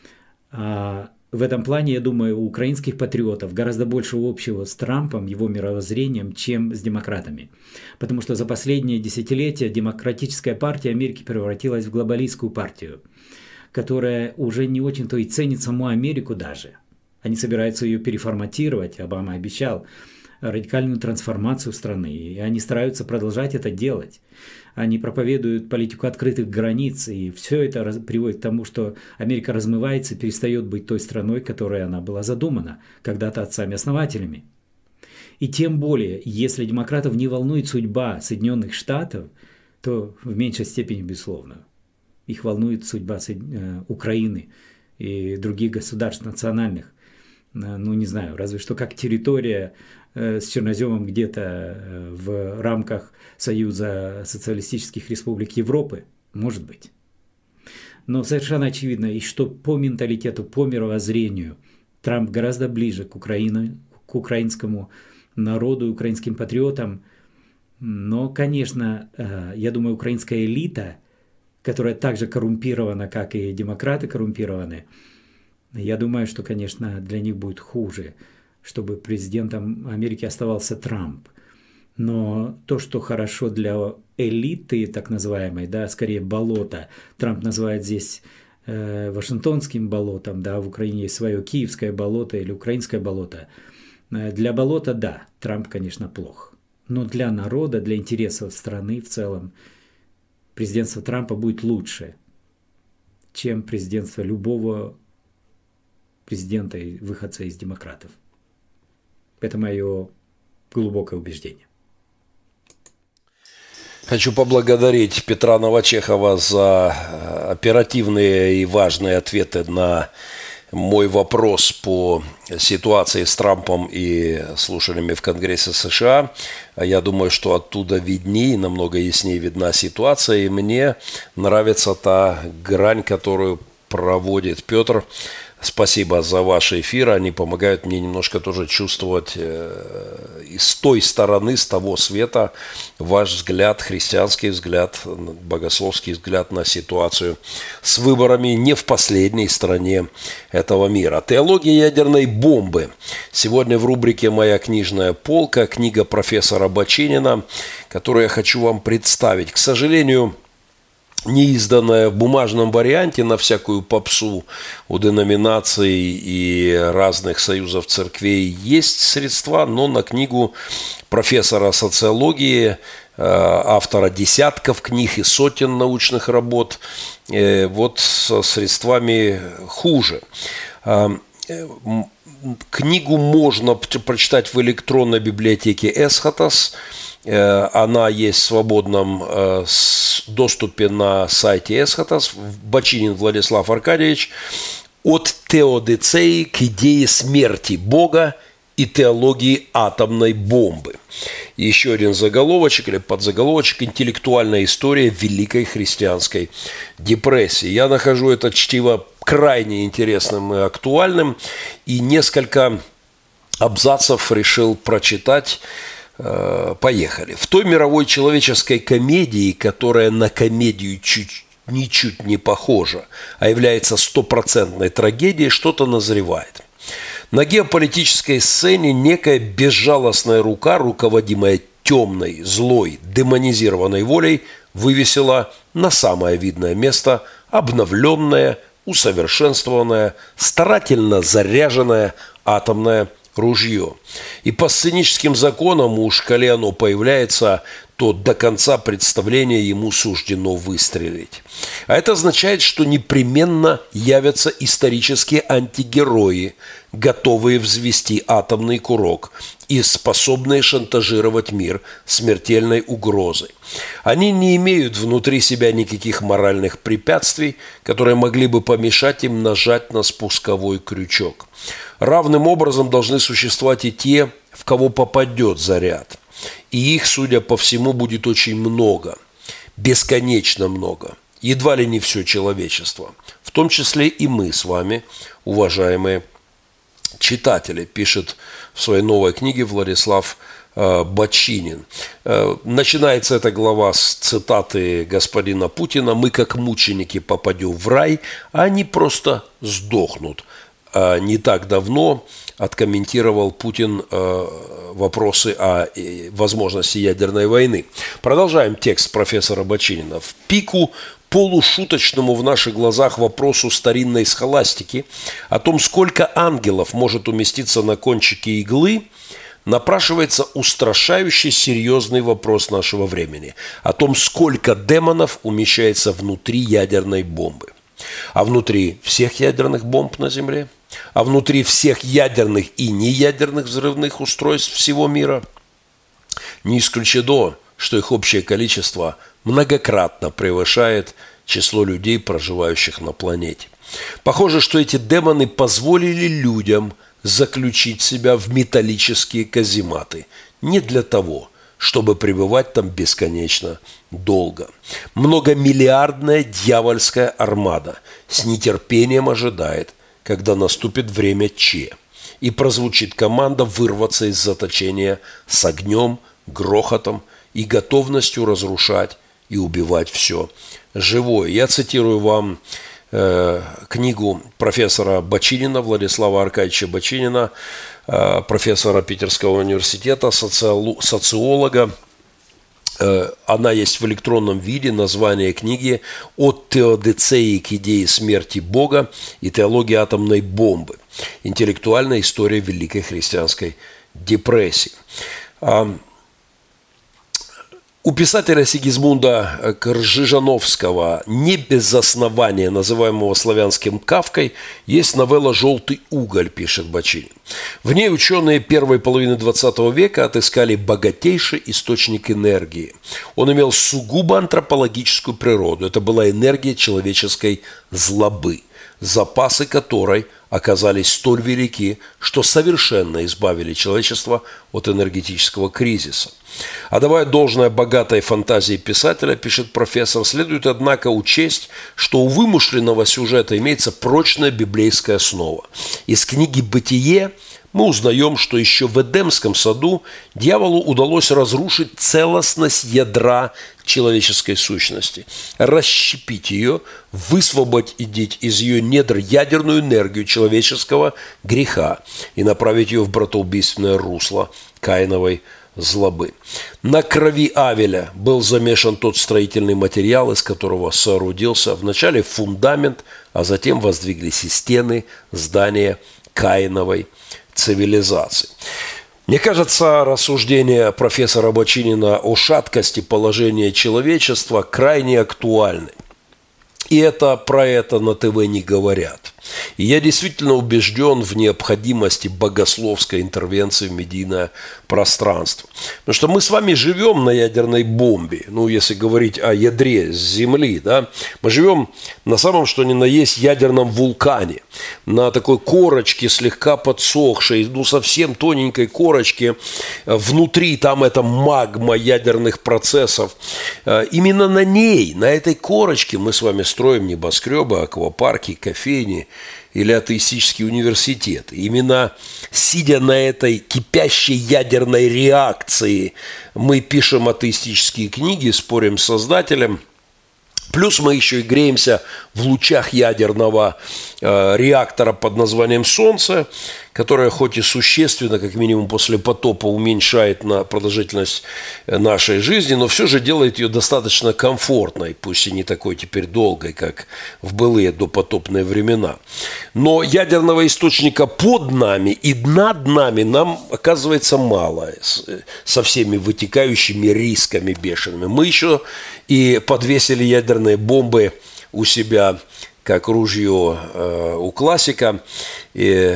А в этом плане, я думаю, у украинских патриотов гораздо больше общего с Трампом, его мировоззрением, чем с демократами. Потому что за последние десятилетия демократическая партия Америки превратилась в глобалистскую партию, которая уже не очень-то и ценит саму Америку даже. Они собираются ее переформатировать, Обама обещал радикальную трансформацию страны, и они стараются продолжать это делать. Они проповедуют политику открытых границ, и все это приводит к тому, что Америка размывается и перестает быть той страной, которой она была задумана когда-то отцами-основателями. И тем более, если демократов не волнует судьба Соединенных Штатов, то в меньшей степени, безусловно, их волнует судьба Украины и других государств национальных. Ну, не знаю, разве что как территория с черноземом где-то в рамках Союза социалистических республик Европы, может быть. Но совершенно очевидно, и что по менталитету, по мировоззрению Трамп гораздо ближе к Украине, к украинскому народу, украинским патриотам. Но, конечно, я думаю, украинская элита, которая так же коррумпирована, как и демократы коррумпированы, я думаю, что, конечно, для них будет хуже, чтобы президентом Америки оставался Трамп. Но то, что хорошо для элиты, так называемой, да, скорее болото, Трамп называет здесь э, Вашингтонским болотом, да, в Украине есть свое киевское болото или украинское болото. Э, для болота, да, Трамп, конечно, плох. Но для народа, для интересов страны в целом, президентство Трампа будет лучше, чем президентство любого президента и выходца из демократов. Это мое глубокое убеждение. Хочу поблагодарить Петра Новочехова за оперативные и важные ответы на мой вопрос по ситуации с Трампом и слушателями в Конгрессе США. Я думаю, что оттуда виднее, намного яснее видна ситуация, и мне нравится та грань, которую проводит Петр. Спасибо за ваш эфир, они помогают мне немножко тоже чувствовать э, с той стороны, с того света, ваш взгляд, христианский взгляд, богословский взгляд на ситуацию с выборами не в последней стране этого мира. Теология ядерной бомбы. Сегодня в рубрике «Моя книжная полка» книга профессора Бочинина, которую я хочу вам представить. К сожалению, не изданная в бумажном варианте на всякую попсу у деноминаций и разных союзов церквей есть средства, но на книгу профессора социологии, автора десятков книг и сотен научных работ, вот со средствами хуже. Книгу можно прочитать в электронной библиотеке Эсхатос. Она есть в свободном доступе на сайте Эсхатос. Бочинин Владислав Аркадьевич. От теодицеи к идее смерти Бога и теологии атомной бомбы. Еще один заголовочек или подзаголовочек: интеллектуальная история Великой христианской депрессии. Я нахожу это чтиво крайне интересным и актуальным, и несколько абзацев решил прочитать. Поехали. В той мировой человеческой комедии, которая на комедию чуть, ничуть не похожа, а является стопроцентной трагедией, что-то назревает. На геополитической сцене некая безжалостная рука, руководимая темной, злой, демонизированной волей, вывесила на самое видное место обновленное, усовершенствованное, старательно заряженное атомное ружье. И по сценическим законам, уж коли оно появляется, то до конца представления ему суждено выстрелить. А это означает, что непременно явятся исторические антигерои, готовые взвести атомный курок и способные шантажировать мир смертельной угрозой. Они не имеют внутри себя никаких моральных препятствий, которые могли бы помешать им нажать на спусковой крючок. Равным образом должны существовать и те, в кого попадет заряд. И их, судя по всему, будет очень много, бесконечно много, едва ли не все человечество, в том числе и мы с вами, уважаемые читатели, пишет в своей новой книге Владислав э, Бочинин. Э, начинается эта глава с цитаты господина Путина: «Мы, как мученики, попадем в рай, а они просто сдохнут». Э, не так давно откомментировал Путин э, вопросы о э, возможности ядерной войны. Продолжаем текст профессора Бочинина. В пику полушуточному в наших глазах вопросу старинной схоластики о том, сколько ангелов может уместиться на кончике иглы, напрашивается устрашающе серьезный вопрос нашего времени о том, сколько демонов умещается внутри ядерной бомбы. А внутри всех ядерных бомб на Земле? А внутри всех ядерных и неядерных взрывных устройств всего мира? Не исключено, что их общее количество многократно превышает число людей, проживающих на планете. Похоже, что эти демоны позволили людям заключить себя в металлические казематы не для того, чтобы пребывать там бесконечно долго. Многомиллиардная дьявольская армада с нетерпением ожидает, когда наступит время Че, и прозвучит команда вырваться из заточения с огнем, грохотом и готовностью разрушать и убивать все живое. Я цитирую вам э, книгу профессора Бочинина, Владислава Аркадьевича Бочинина, э, профессора Питерского университета, социолог, социолога. Э, она есть в электронном виде. Название книги «От теодицеи к идее смерти Бога и теологии атомной бомбы. Интеллектуальная история Великой христианской депрессии». У писателя Сигизмунда Кржижановского, не без основания называемого славянским Кафкой, есть новелла «Желтый уголь», пишет Бочинин. В ней ученые первой половины двадцатого века отыскали богатейший источник энергии. Он имел сугубо антропологическую природу. Это была энергия человеческой злобы, запасы которой оказались столь велики, что совершенно избавили человечество от энергетического кризиса. А давая должное богатой фантазии писателя, пишет профессор, следует, однако, учесть, что у вымышленного сюжета имеется прочная библейская основа. Из книги «Бытие» мы узнаем, что еще в Эдемском саду дьяволу удалось разрушить целостность ядра человеческой сущности, расщепить ее, высвободить из ее недр ядерную энергию человеческого греха и направить ее в братоубийственное русло Каиновой злобы. На крови Авеля был замешан тот строительный материал, из которого соорудился вначале фундамент, а затем воздвиглись и стены здания Каиновой цивилизации. Мне кажется, рассуждения профессора Бочинина о шаткости положения человечества крайне актуальны. И это про это на ТВ не говорят. И я действительно убежден в необходимости богословской интервенции в медийное пространство. Потому что мы с вами живем на ядерной бомбе. Ну, если говорить о ядре с Земли, да, мы живем на самом что ни на есть ядерном вулкане. На такой корочке слегка подсохшей, ну, совсем тоненькой корочке. Внутри там это магма ядерных процессов. Именно на ней, на этой корочке мы с вами строим небоскребы, аквапарки, кофейни или атеистический университет. Именно сидя на этой кипящей ядерной реакции, мы пишем атеистические книги, спорим с Создателем. Плюс мы еще и греемся в лучах ядерного э, реактора под названием Солнце, которая хоть и существенно, как минимум после потопа, уменьшает на продолжительность нашей жизни, но все же делает ее достаточно комфортной, пусть и не такой теперь долгой, как в былые допотопные времена. Но ядерного источника под нами и над нами нам, оказывается, мало, со всеми вытекающими рисками бешеными. Мы еще и подвесили ядерные бомбы у себя, как ружье э, у классика, э,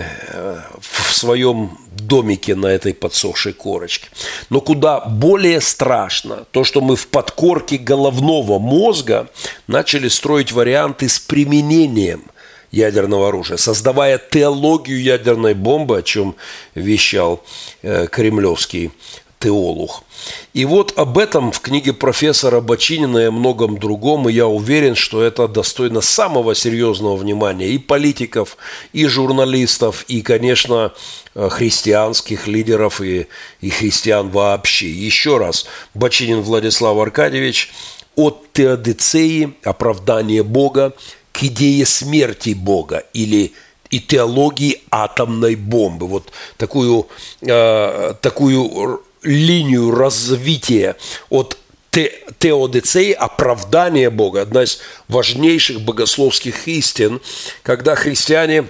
в своем домике на этой подсохшей корочке. Но куда более страшно то, что мы в подкорке головного мозга начали строить варианты с применением ядерного оружия, создавая теологию ядерной бомбы, о чем вещал э, кремлевский теолог. И вот об этом в книге профессора Бочинина и о многом другом, и я уверен, что это достойно самого серьезного внимания и политиков, и журналистов, и, конечно, христианских лидеров, и, и христиан вообще. Еще раз, Бочинин Владислав Аркадьевич: от теодицеи, оправдания Бога, к идее смерти Бога, или и теологии атомной бомбы. Вот такую, э, такую линию развития от те, теодицеи, оправдания Бога, одна из важнейших богословских истин, когда христиане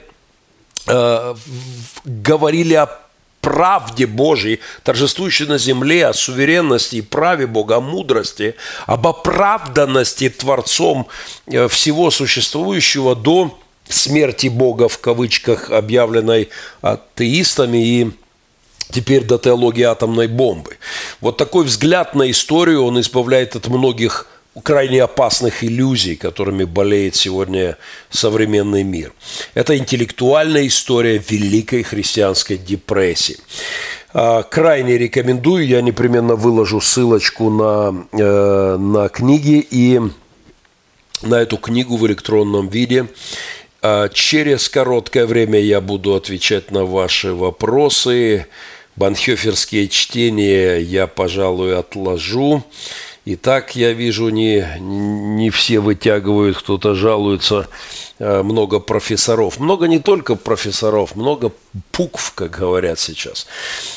э, говорили о правде Божьей, торжествующей на земле, о суверенности и праве Бога, о мудрости, об оправданности Творцом всего существующего до смерти Бога, в кавычках, объявленной атеистами, и теперь до теологии атомной бомбы. Вот такой взгляд на историю, он избавляет от многих крайне опасных иллюзий, которыми болеет сегодня современный мир. Это интеллектуальная история великой христианской депрессии. Крайне рекомендую, я непременно выложу ссылочку на, на книги и на эту книгу в электронном виде. Через короткое время я буду отвечать на ваши вопросы. Банхёферские чтения я, пожалуй, отложу. И так, я вижу, не, не все вытягивают, кто-то жалуется, много профессоров. Много не только профессоров, много букв, как говорят сейчас.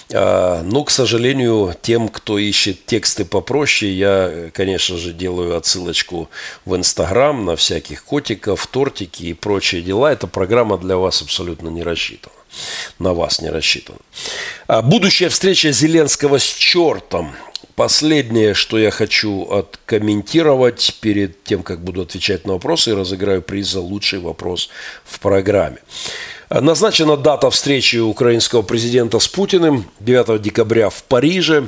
Но, к сожалению, тем, кто ищет тексты попроще, я, конечно же, делаю отсылочку в Инстаграм на всяких котиков, тортики и прочие дела. Эта программа для вас абсолютно не рассчитана. На вас не рассчитана. Будущая встреча Зеленского с чертом. Последнее, что я хочу откомментировать перед тем, как буду отвечать на вопросы, и разыграю приз за лучший вопрос в программе. Назначена дата встречи украинского президента с Путиным девятого декабря в Париже.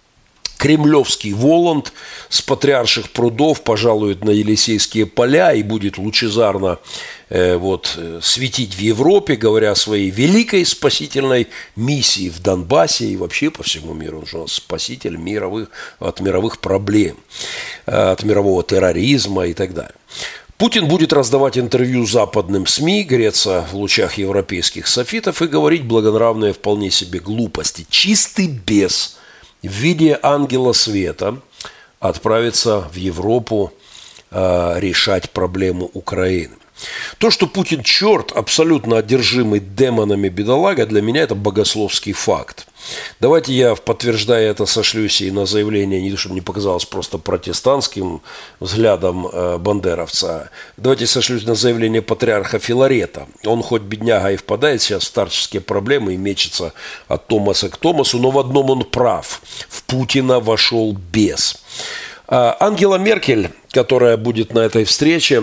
Кремлевский Воланд с Патриарших прудов пожалует на Елисейские поля и будет лучезарно э, вот, светить в Европе, говоря о своей великой спасительной миссии в Донбассе и вообще по всему миру. Он же у нас спаситель мировых, от мировых проблем, от мирового терроризма и так далее. Путин будет раздавать интервью западным СМИ, греться в лучах европейских софитов и говорить благонравные вполне себе глупости. Чистый бес в виде ангела света отправиться в Европу э, решать проблему Украины. То, что Путин черт, абсолютно одержимый демонами бедолага, для меня это богословский факт. Давайте я, подтверждая это, сошлюсь и на заявление, не чтобы не показалось просто протестантским взглядом э, бандеровца. Давайте сошлюсь на заявление патриарха Филарета. Он хоть бедняга и впадает сейчас в старческие проблемы и мечется от Томаса к Томасу, но в одном он прав. В Путина вошел бес. А Ангела Меркель, которая будет на этой встрече,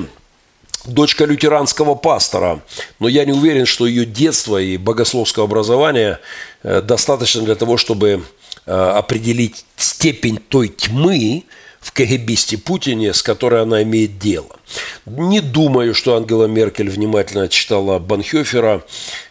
дочка лютеранского пастора, но я не уверен, что ее детство и богословское образование достаточно для того, чтобы определить степень той тьмы в КГБисте Путине, с которой она имеет дело. Не думаю, что Ангела Меркель внимательно читала Банхёфера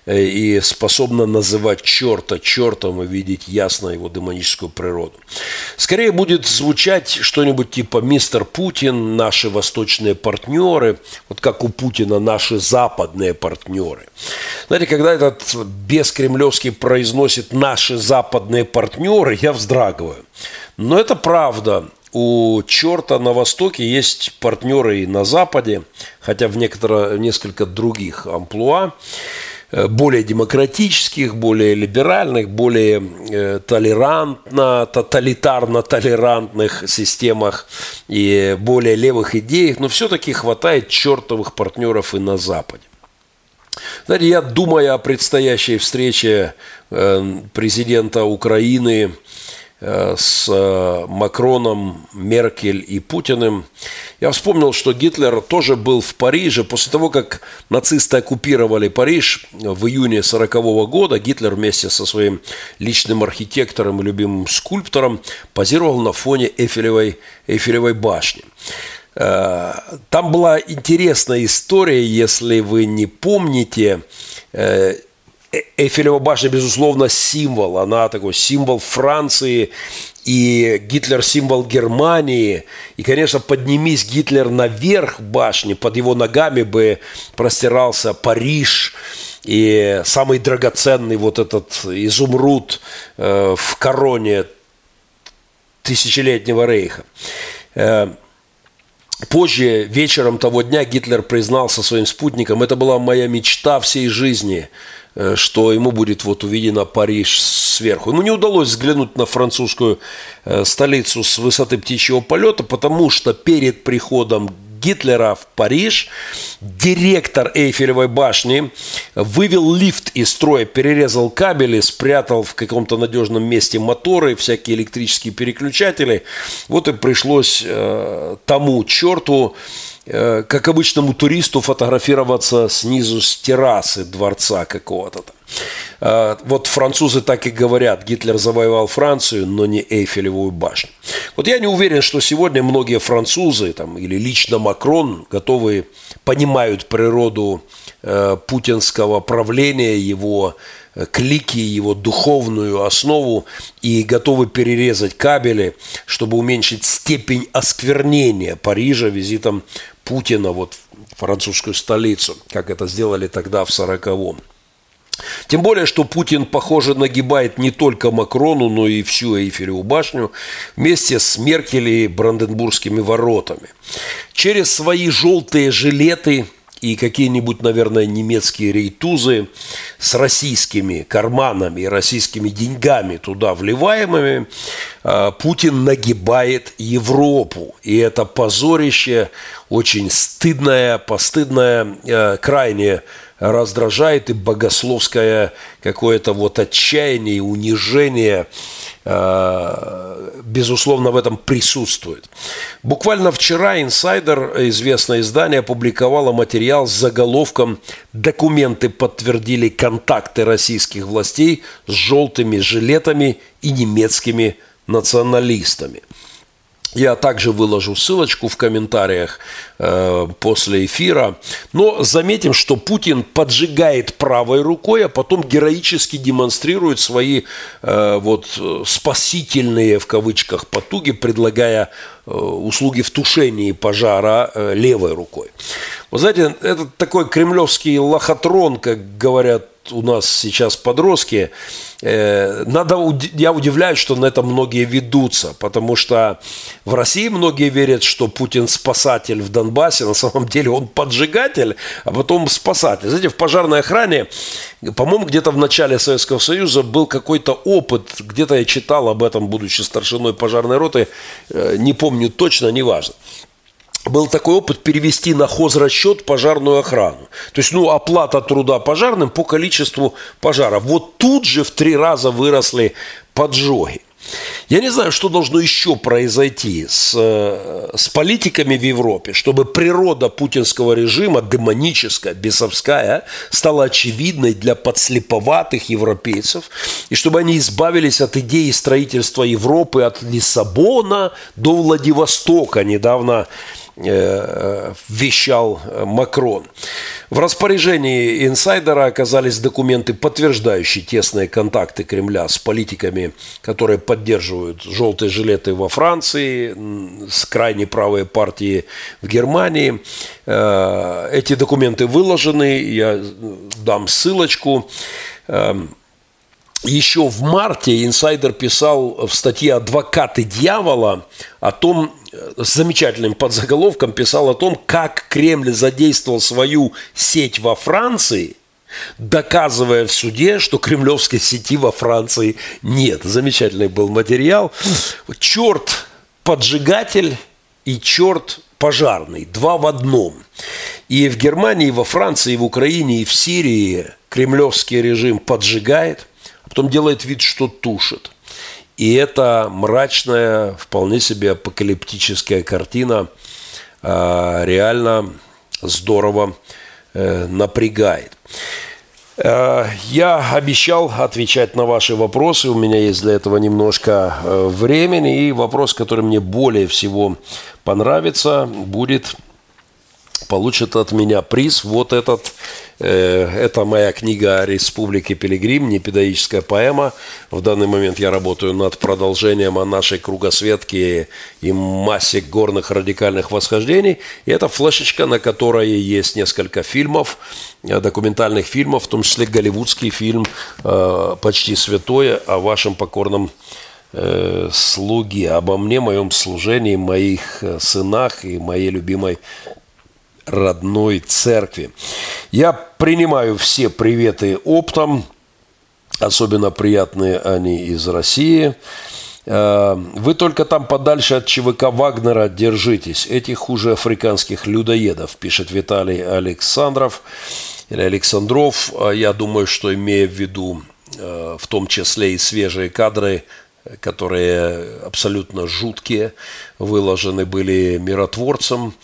и способна называть черта чертом и видеть ясно его демоническую природу. Скорее будет звучать что-нибудь типа «Мистер Путин, наши восточные партнеры», вот как у Путина наши западные партнеры. Знаете, когда этот бес кремлевский произносит «наши западные партнеры», я вздрагиваю. Но это правда. У черта на Востоке есть партнеры и на Западе, хотя в некоторо, несколько других амплуа. более демократических, более либеральных, более толерантно, тоталитарно-толерантных системах и более левых идеях, но все-таки хватает чертовых партнеров и на Западе. Знаете, я думаю о предстоящей встрече президента Украины с Макроном, Меркель и Путиным. Я вспомнил, что Гитлер тоже был в Париже. После того, как нацисты оккупировали Париж в июне сорокового года, Гитлер вместе со своим личным архитектором и любимым скульптором позировал на фоне Эйфелевой, Эйфелевой башни. Там была интересная история, если вы не помните. Эйфелева башня, безусловно, символ. Она такой символ Франции, и Гитлер символ Германии. И, конечно, поднимись Гитлер наверх башни, под его ногами бы простирался Париж. И самый драгоценный вот этот изумруд э, в короне тысячелетнего рейха. Э, позже, вечером того дня, Гитлер признался своим спутникам: это была моя мечта всей жизни, что ему будет вот увидено Париж сверху. Ему не удалось взглянуть на французскую столицу с высоты птичьего полета, потому что перед приходом Гитлера в Париж директор Эйфелевой башни вывел лифт из строя, перерезал кабели, спрятал в каком-то надежном месте моторы, всякие электрические переключатели. Вот и пришлось э, тому черту, э, как обычному туристу, фотографироваться снизу с террасы дворца какого-то там. Э, вот французы так и говорят: Гитлер завоевал Францию, но не Эйфелевую башню. Вот я не уверен, что сегодня многие французы там, или лично Макрон готовы, понимают природу э, путинского правления, его э, клики, его духовную основу и готовы перерезать кабели, чтобы уменьшить степень осквернения Парижа визитом Путина вот, в французскую столицу, как это сделали тогда в сороковом. Тем более, что Путин, похоже, нагибает не только Макрону, но и всю Эйфелеву башню вместе с Меркель и Бранденбургскими воротами. Через свои желтые жилеты и какие-нибудь, наверное, немецкие рейтузы с российскими карманами и российскими деньгами туда вливаемыми, Путин нагибает Европу. И это позорище очень стыдное, постыдное, крайне раздражает, и богословское какое-то вот отчаяние и унижение, безусловно, в этом присутствует. Буквально вчера «Инсайдер», известное издание, опубликовало материал с заголовком «Документы подтвердили контакты российских властей с желтыми жилетами и немецкими националистами». Я также выложу ссылочку в комментариях э, после эфира. Но заметим, что Путин поджигает правой рукой, а потом героически демонстрирует свои э, вот, спасительные, в кавычках, потуги, предлагая э, услуги в тушении пожара э, левой рукой. Вы знаете, это такой кремлевский лохотрон, как говорят у нас сейчас подростки. Надо, я удивляюсь, что на это многие ведутся, потому что в России многие верят, что Путин спасатель в Донбассе, на самом деле он поджигатель, а потом спасатель. Знаете, в пожарной охране, по-моему, где-то в начале Советского Союза был какой-то опыт, где-то я читал об этом, будучи старшиной пожарной роты, не помню точно, неважно. Был такой опыт перевести на хозрасчет пожарную охрану. То есть, ну, оплата труда пожарным по количеству пожаров. Вот тут же в три раза выросли поджоги. Я не знаю, что должно еще произойти с, с политиками в Европе, чтобы природа путинского режима, демоническая, бесовская, стала очевидной для подслеповатых европейцев, и чтобы они избавились от идеи строительства Европы от Лиссабона до Владивостока. Недавно вещал Макрон. В распоряжении «Инсайдера» оказались документы, подтверждающие тесные контакты Кремля с политиками, которые поддерживают желтые жилеты во Франции, с крайне правой партией в Германии. Эти документы выложены, я дам ссылочку. Еще в марте «Инсайдер» писал в статье «Адвокаты дьявола» о том, с замечательным подзаголовком писал о том, как Кремль задействовал свою сеть во Франции доказывая в суде, что кремлевской сети во Франции нет. Замечательный был материал. Черт поджигатель и черт пожарный. Два в одном. И в Германии, и во Франции, и в Украине, и в Сирии кремлевский режим поджигает, а потом делает вид, что тушит. И это мрачная, вполне себе апокалиптическая картина э, реально здорово э, напрягает. Э, я обещал отвечать на ваши вопросы. У меня есть для этого немножко э, времени. И вопрос, который мне более всего понравится, будет... получит от меня приз. Вот этот, э, это моя книга о Республике Пилигрим, непедагогическая поэма. В данный момент я работаю над продолжением о нашей кругосветке и массе горных радикальных восхождений. И это флешечка, на которой есть несколько фильмов, документальных фильмов, в том числе голливудский фильм э, «Почти святое» о вашем покорном э, слуге, обо мне, моем служении, моих сынах и моей любимой родной церкви. Я принимаю все приветы оптом, особенно приятные они из России. Вы только там подальше от ЧВК Вагнера держитесь. Этих хуже африканских людоедов, пишет Виталий Александров или Александров. Я думаю, что имея в виду в том числе и свежие кадры, которые абсолютно жуткие, выложены были миротворцем,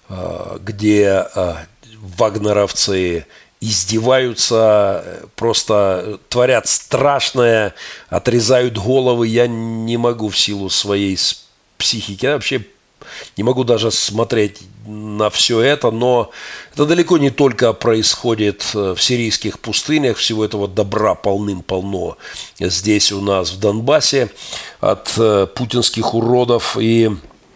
где вагнеровцы издеваются, просто творят страшное, отрезают головы. Я не могу в силу своей психики, я вообще не могу даже смотреть на все это, но это далеко не только происходит в сирийских пустынях, всего этого добра полным-полно здесь у нас в Донбассе от путинских уродов. И,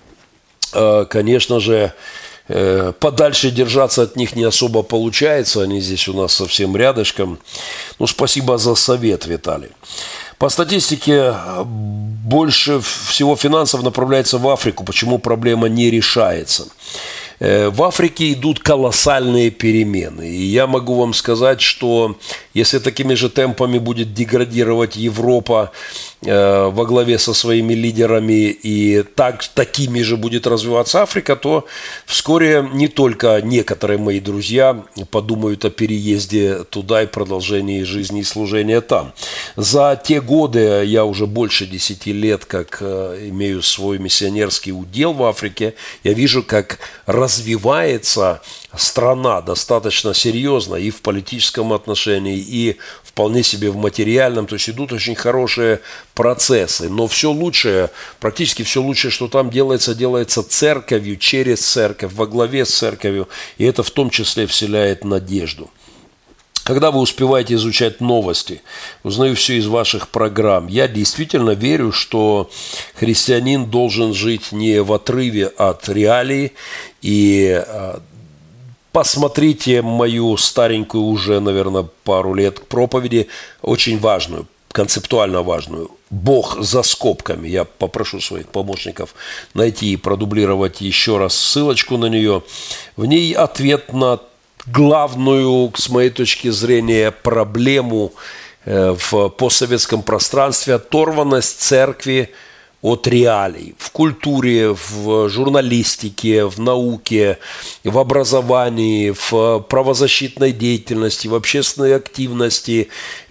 конечно же, подальше держаться от них не особо получается. Они здесь у нас совсем рядышком. Ну, спасибо за совет, Виталий. По статистике, больше всего финансов направляется в Африку. Почему проблема не решается? В Африке идут колоссальные перемены. И я могу вам сказать, что если такими же темпами будет деградировать Европа э, во главе со своими лидерами и так, такими же будет развиваться Африка, то вскоре не только некоторые мои друзья подумают о переезде туда и продолжении жизни и служения там. За те годы, я уже больше десяти лет, как э, имею свой миссионерский удел в Африке, я вижу, как развивается страна достаточно серьезно и в политическом отношении, и вполне себе в материальном. То есть идут очень хорошие процессы. Но все лучшее, практически все лучшее, что там делается, делается церковью, через церковь, во главе с церковью. И это в том числе вселяет надежду. Когда вы успеваете изучать новости, узнаю все из ваших программ, я действительно верю, что христианин должен жить не в отрыве от реалий. И посмотрите мою старенькую уже, наверное, пару лет проповеди, очень важную, концептуально важную. «Бог за скобками». Я попрошу своих помощников найти и продублировать еще раз ссылочку на нее. В ней ответ на главную, с моей точки зрения, проблему в постсоветском пространстве – оторванность церкви от реалий в культуре, в журналистике, в науке, в образовании, в правозащитной деятельности, в общественной активности.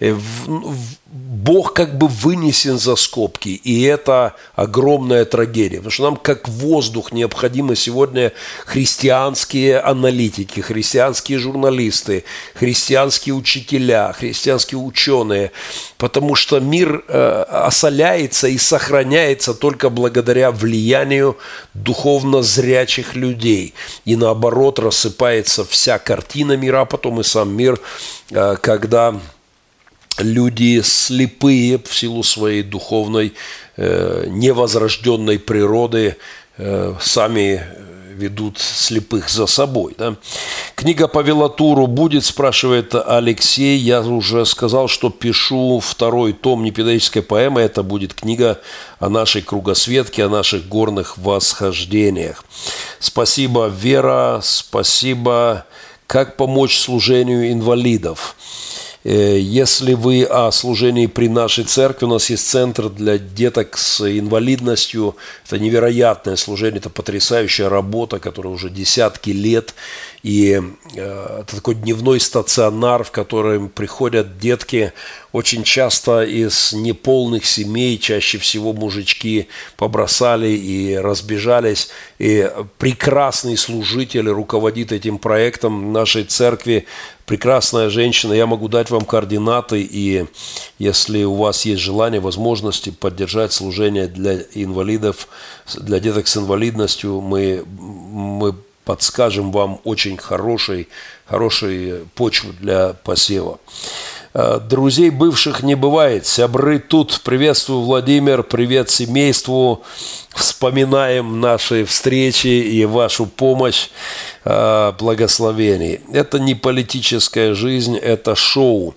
Бог как бы вынесен за скобки, и это огромная трагедия, потому что нам как воздух необходимы сегодня христианские аналитики, христианские журналисты, христианские учителя, христианские ученые, потому что мир э, осоляется и сохраняется только благодаря влиянию духовно зрячих людей, и наоборот рассыпается вся картина мира, а потом и сам мир, э, когда люди слепые в силу своей духовной, э, невозрожденной природы э, сами ведут слепых за собой. Да? Книга по велатуру будет, спрашивает Алексей. Я уже сказал, что пишу второй том непедагогической поэмы. Это будет книга о нашей кругосветке, о наших горных восхождениях. Спасибо, Вера. Спасибо, Как помочь служению инвалидов? Если вы о служении при нашей церкви, у нас есть центр для деток с инвалидностью. Это невероятное служение, это потрясающая работа, которая уже десятки лет. И э, это такой дневной стационар, в который приходят детки очень часто из неполных семей, чаще всего мужички побросали и разбежались. И прекрасный служитель руководит этим проектом нашей церкви, прекрасная женщина. Я могу дать вам координаты, и если у вас есть желание, возможности поддержать служение для инвалидов, для деток с инвалидностью, мы, мы подскажем вам очень хороший, хорошую почву для посева. Друзей бывших не бывает. Сябры тут. Приветствую, Владимир. Привет семейству. Вспоминаем наши встречи и вашу помощь. Благословений. Это не политическая жизнь, это шоу.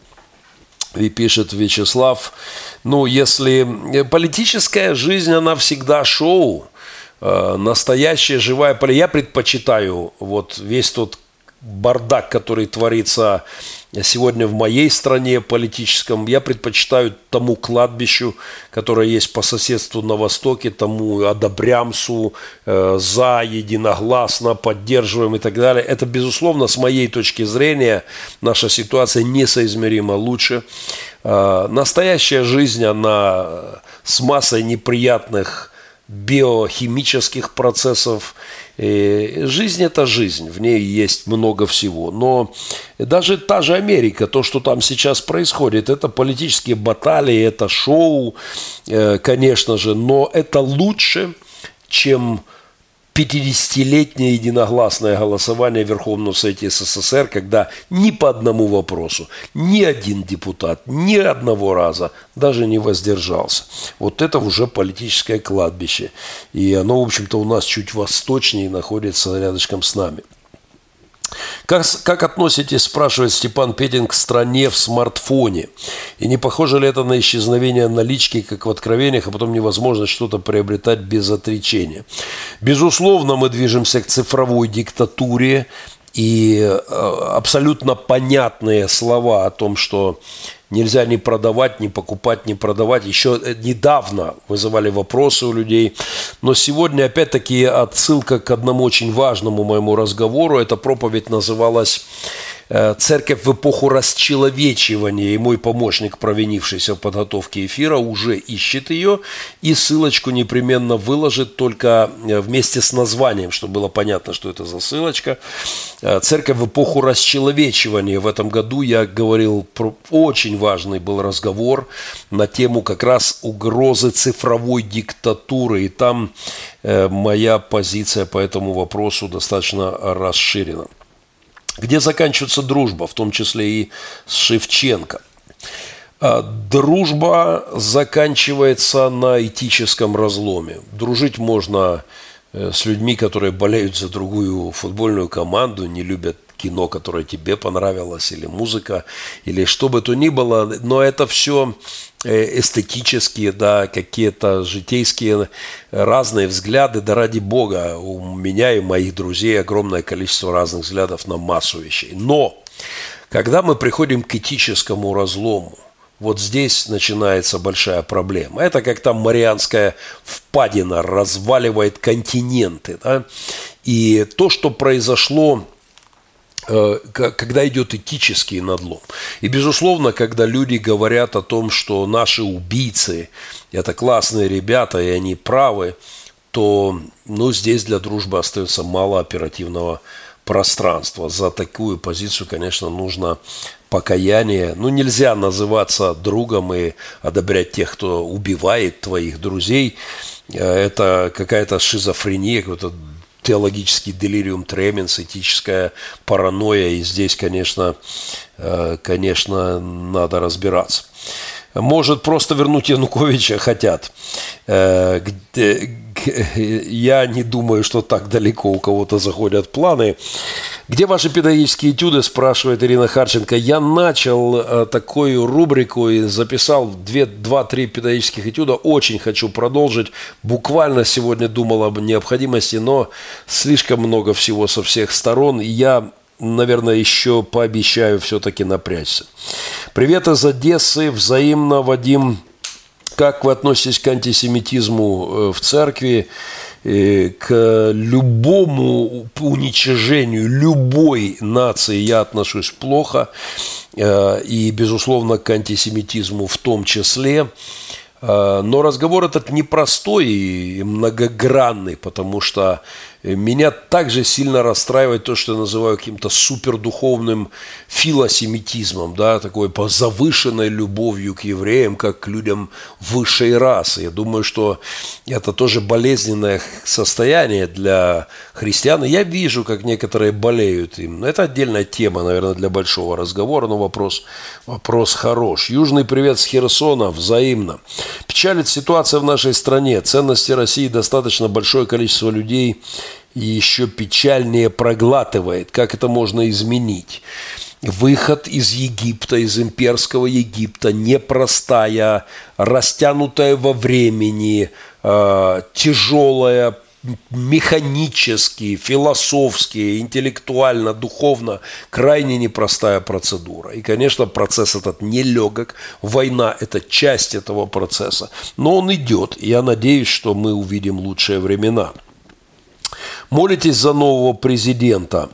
И пишет Вячеслав. Ну, если политическая жизнь, она всегда шоу. Настоящая живая политика. Я предпочитаю вот весь тот бардак, который творится сегодня в моей стране политическом, я предпочитаю тому кладбищу, которое есть по соседству на Востоке, тому одобрямсу, э, за, единогласно, поддерживаем и так далее. Это, безусловно, с моей точки зрения, наша ситуация несоизмеримо лучше. Э, настоящая жизнь, она с массой неприятных биохимических процессов. И жизнь – это жизнь, в ней есть много всего. Но даже та же Америка, то, что там сейчас происходит, это политические баталии, это шоу, конечно же, но это лучше, чем пятидесятилетнее единогласное голосование в Верховном Совете СССР, когда ни по одному вопросу ни один депутат ни одного раза даже не воздержался. Вот это уже политическое кладбище. И оно, в общем-то, у нас чуть восточнее находится рядышком с нами. Как, как относитесь, спрашивает Степан Петин, к стране в смартфоне? И не похоже ли это на исчезновение налички, как в Откровениях, а потом невозможность что-то приобретать без отречения? Безусловно, мы движемся к цифровой диктатуре, и абсолютно понятные слова о том, что нельзя ни продавать, ни покупать, ни продавать, еще недавно вызывали вопросы у людей. Но сегодня, опять-таки, отсылка к одному очень важному моему разговору. Эта проповедь называлась «Церковь в эпоху расчеловечивания». И мой помощник, провинившийся в подготовке эфира, уже ищет ее. И ссылочку непременно выложит, только вместе с названием, чтобы было понятно, что это за ссылочка. «Церковь в эпоху расчеловечивания». В этом году я говорил про очень важный был разговор на тему как раз угрозы цифровой диктатуры. И там э, моя позиция по этому вопросу достаточно расширена. Где заканчивается дружба, в том числе и с Шевченко? Дружба заканчивается на этическом разломе. Дружить можно с людьми, которые болеют за другую футбольную команду, не любят кино, которое тебе понравилось, или музыка, или что бы то ни было. Но это все эстетические, да, какие-то житейские разные взгляды. Да ради Бога, у меня и моих друзей огромное количество разных взглядов на массу вещей. Но когда мы приходим к этическому разлому, вот здесь начинается большая проблема. Это как там Марианская впадина разваливает континенты. Да? И то, что произошло, когда идет этический надлом. И, безусловно, когда люди говорят о том, что наши убийцы – это классные ребята, и они правы, то ну, здесь для дружбы остается мало оперативного пространства. За такую позицию, конечно, нужно покаяние. Ну, нельзя называться другом и одобрять тех, кто убивает твоих друзей. Это какая-то шизофрения, какой-то теологический делириум тременс, этическая паранойя. И здесь, конечно, конечно, надо разбираться. Может, просто вернуть Януковича хотят. Я не думаю, что так далеко у кого-то заходят планы. Где ваши педагогические этюды, спрашивает Ирина Харченко. Я начал такую рубрику и записал два-три педагогических этюда. Очень хочу продолжить. Буквально сегодня думал об необходимости, но слишком много всего со всех сторон. И я наверное, еще пообещаю все-таки напрячься. Привет из Одессы. Взаимно, Вадим. Как вы относитесь к антисемитизму в церкви? К любому уничижению любой нации я отношусь плохо. И, безусловно, к антисемитизму в том числе. Но разговор этот непростой и многогранный, потому что меня также сильно расстраивает то, что я называю каким-то супердуховным филосемитизмом, да, такой завышенной любовью к евреям, как к людям высшей расы. Я думаю, что это тоже болезненное состояние для христиан. И я вижу, как некоторые болеют им. Это отдельная тема, наверное, для большого разговора, но вопрос, вопрос хорош. Южный привет с Херсона, взаимно. Печалит ситуация в нашей стране. Ценности России достаточно большое количество людей и еще печальнее проглатывает. Как это можно изменить? Выход из Египта, из имперского Египта, непростая, растянутая во времени, э, тяжелая, механически, философски, интеллектуально, духовно, крайне непростая процедура. И, конечно, процесс этот нелегок. Война – это часть этого процесса. Но он идет, и я надеюсь, что мы увидим лучшие времена. Молитесь за нового президента.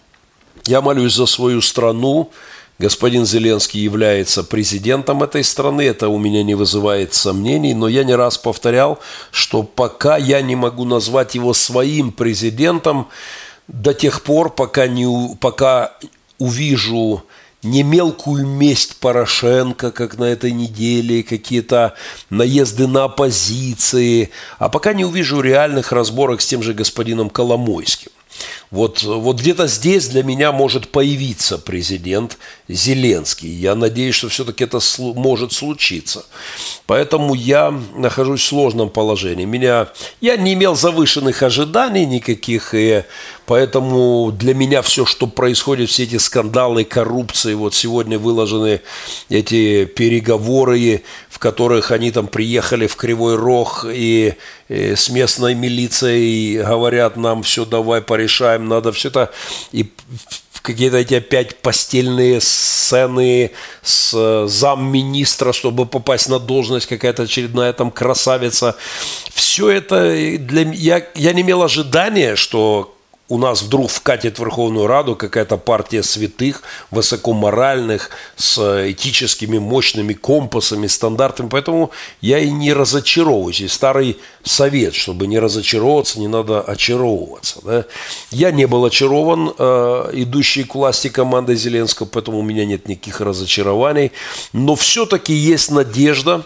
Я молюсь за свою страну. Господин Зеленский является президентом этой страны. Это у меня не вызывает сомнений. Но я не раз повторял, что пока я не могу назвать его своим президентом, до тех пор, пока, не, пока увижу не мелкую месть Порошенко, как на этой неделе, какие-то наезды на оппозиции, а пока не увижу реальных разборок с тем же господином Коломойским. Вот, вот где-то здесь для меня может появиться президент Зеленский. Я надеюсь, что все-таки это может случиться. Поэтому я нахожусь в сложном положении. Меня, я не имел завышенных ожиданий никаких, и поэтому для меня все, что происходит, все эти скандалы, коррупции, вот сегодня выложены эти переговоры, в которых они там приехали в Кривой Рог и, и с местной милицией говорят нам, все, давай порешаем, надо все это, и какие-то эти опять постельные сцены с замминистра, чтобы попасть на должность, какая-то очередная там красавица. Все это для я, я не имел ожидания, что у нас вдруг вкатит в Верховную Раду какая-то партия святых, высокоморальных, с этическими мощными компасами, стандартами. Поэтому я и не разочаровываюсь. И старый совет, чтобы не разочаровываться, не надо очаровываться. Да? Я не был очарован э, идущей к власти командой Зеленского, поэтому у меня нет никаких разочарований. Но все-таки есть надежда,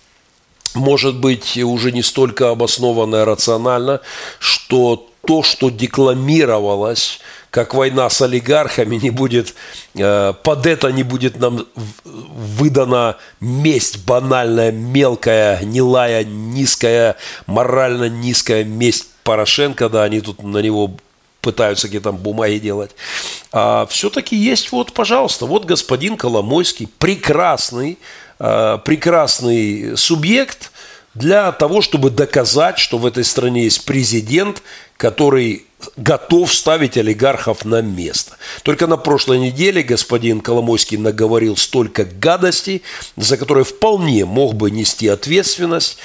может быть, уже не столько обоснованная рационально, что то, что декламировалось, как война с олигархами, не будет, э, под это не будет нам выдана месть банальная, мелкая, гнилая, низкая, морально низкая месть Порошенко, да, они тут на него пытаются какие-то там бумаги делать. А все-таки есть вот, пожалуйста, вот господин Коломойский, прекрасный, э, прекрасный субъект для того, чтобы доказать, что в этой стране есть президент, который готов ставить олигархов на место. Только на прошлой неделе господин Коломойский наговорил столько гадостей, за которые вполне мог бы нести ответственность.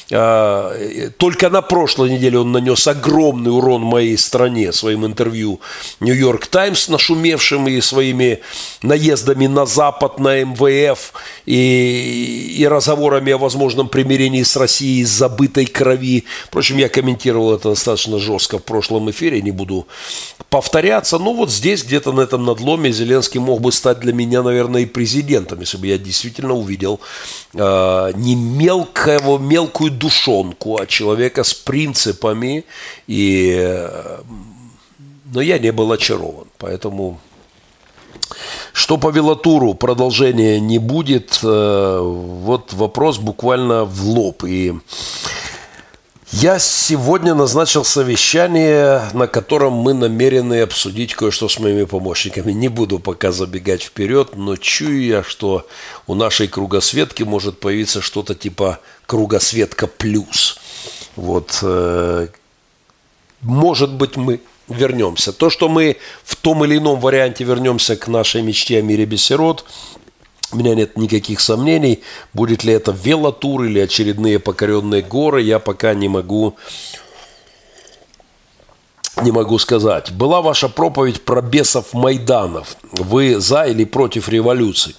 Только на прошлой неделе он нанес огромный урон моей стране своим интервью «Нью-Йорк Таймс», нашумевшим и своими наездами на Запад, на эм вэ эф и, и разговорами о возможном примирении с Россией из забытой крови. Впрочем, я комментировал это достаточно жестко в прошлом эфире, не буду повторяться. Но вот здесь, где-то на этом надломе, Зеленский мог бы стать для меня, наверное, и президентом, если бы я действительно увидел э, не мелкого, мелкую душонку, а человека с принципами. И, э, но я не был очарован. Поэтому, что по велотуру, продолжения не будет. Э, вот вопрос буквально в лоб. И я сегодня назначил совещание, на котором мы намерены обсудить кое-что с моими помощниками. Не буду пока забегать вперед, но чую я, что у нашей кругосветки может появиться что-то типа кругосветка плюс. Вот, может быть, мы вернемся. То, что мы в том или ином варианте вернемся к нашей мечте о мире без сирот, у меня нет никаких сомнений. Будет ли это велотур или очередные покоренные горы, я пока не могу, не могу сказать. Была ваша проповедь про бесов Майданов. Вы за или против революции?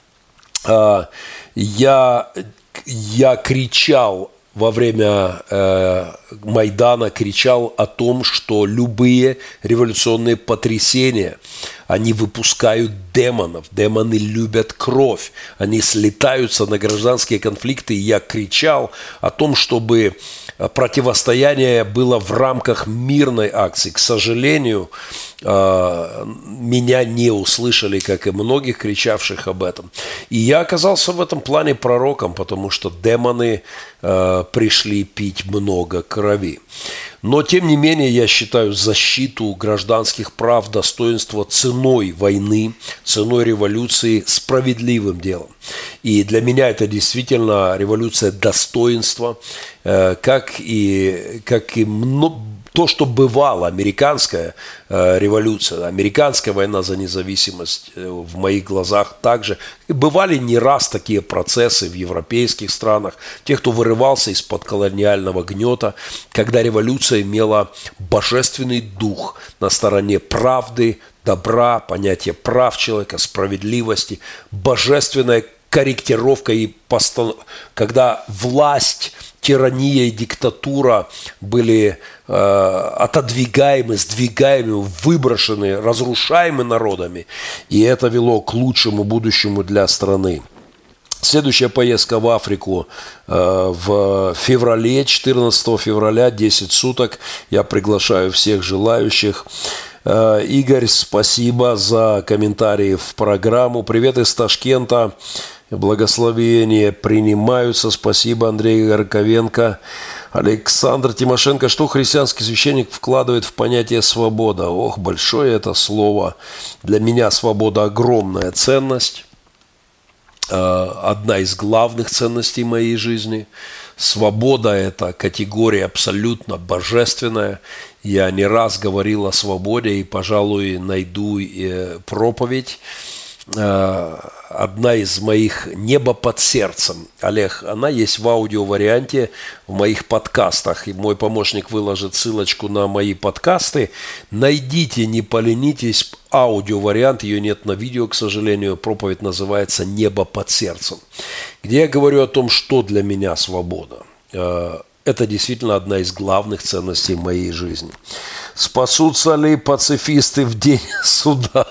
Я, я кричал во время э, Майдана, кричал о том, что любые революционные потрясения, они выпускают демонов. Демоны любят кровь. Они слетаются на гражданские конфликты. И я кричал о том, чтобы противостояние было в рамках мирной акции. К сожалению, меня не услышали, как и многих кричавших об этом. И я оказался в этом плане пророком, потому что демоны пришли пить много крови. Но, тем не менее, я считаю защиту гражданских прав, достоинства ценой войны, ценой революции справедливым делом. И для меня это действительно революция достоинства, как и, как и много, то, что бывало, американская э, революция, американская война за независимость э, в моих глазах также. И бывали не раз такие процессы в европейских странах, тех, кто вырывался из-под колониального гнета, когда революция имела божественный дух на стороне правды, добра, понятия прав человека, справедливости, божественная корректировка и постан... когда власть, тирания и диктатура были э, отодвигаемы, сдвигаемы, выброшены, разрушаемы народами. И это вело к лучшему будущему для страны. Следующая поездка в Африку э, в феврале, четырнадцатого февраля, десять суток. Я приглашаю всех желающих. Э, Игорь, спасибо за комментарии в программу. Привет из Ташкента. Благословения принимаются. Спасибо, Андрей Горковенко. Александр Тимошенко. Что христианский священник вкладывает в понятие свобода? Ох, большое это слово. Для меня свобода огромная ценность. Одна из главных ценностей моей жизни. Свобода – это категория абсолютно божественная. Я не раз говорил о свободе и, пожалуй, найду проповедь. Одна из моих «Небо под сердцем». Олег, она есть в аудиоварианте в моих подкастах. И мой помощник выложит ссылочку на мои подкасты. Найдите, не поленитесь, аудиовариант. Ее нет на видео, к сожалению. Проповедь называется «Небо под сердцем», где я говорю о том, что для меня свобода. Это действительно одна из главных ценностей моей жизни. Спасутся ли пацифисты в день суда?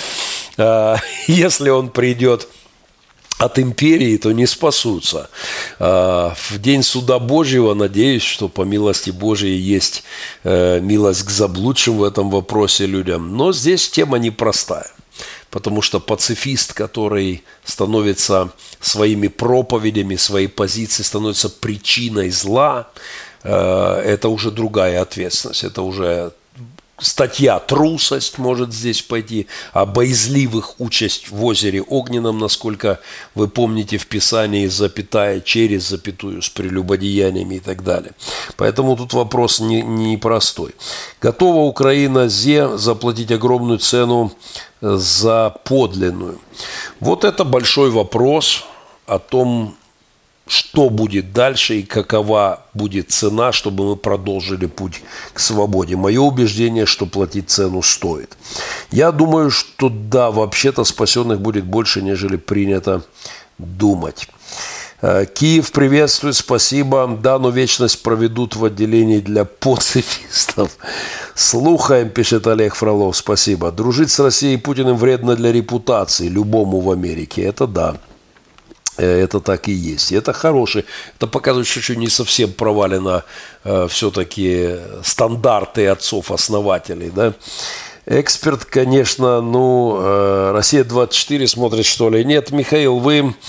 Если он придет от империи, то не спасутся. В день суда Божьего, надеюсь, что по милости Божьей есть милость к заблудшим в этом вопросе людям. Но здесь тема непростая. Потому что пацифист, который становится своими проповедями, своей позицией, становится причиной зла, это уже другая ответственность. Это уже статья «Трусость» может здесь пойти, а боязливых участь в озере Огненном, насколько вы помните в Писании, запятая через запятую с прелюбодеяниями и так далее. Поэтому тут вопрос непростой. Не Готова Украина зе заплатить огромную цену за подлинную? Вот это большой вопрос о том, что будет дальше и какова будет цена, чтобы мы продолжили путь к свободе. Мое убеждение, что платить цену стоит. Я думаю, что да, вообще-то спасенных будет больше, нежели принято думать. Киев приветствует, спасибо. Да, но вечность проведут в отделении для пацифистов. Слухаем, пишет Олег Фролов, спасибо. Дружить с Россией и Путиным вредно для репутации любому в Америке. Это да. Это так и есть. И это хороший. Это показывает, что еще не совсем провалено э, все-таки стандарты отцов-основателей. Да? Эксперт, конечно, ну, э, Россия двадцать четыре смотрит, что ли. Нет, Михаил, вы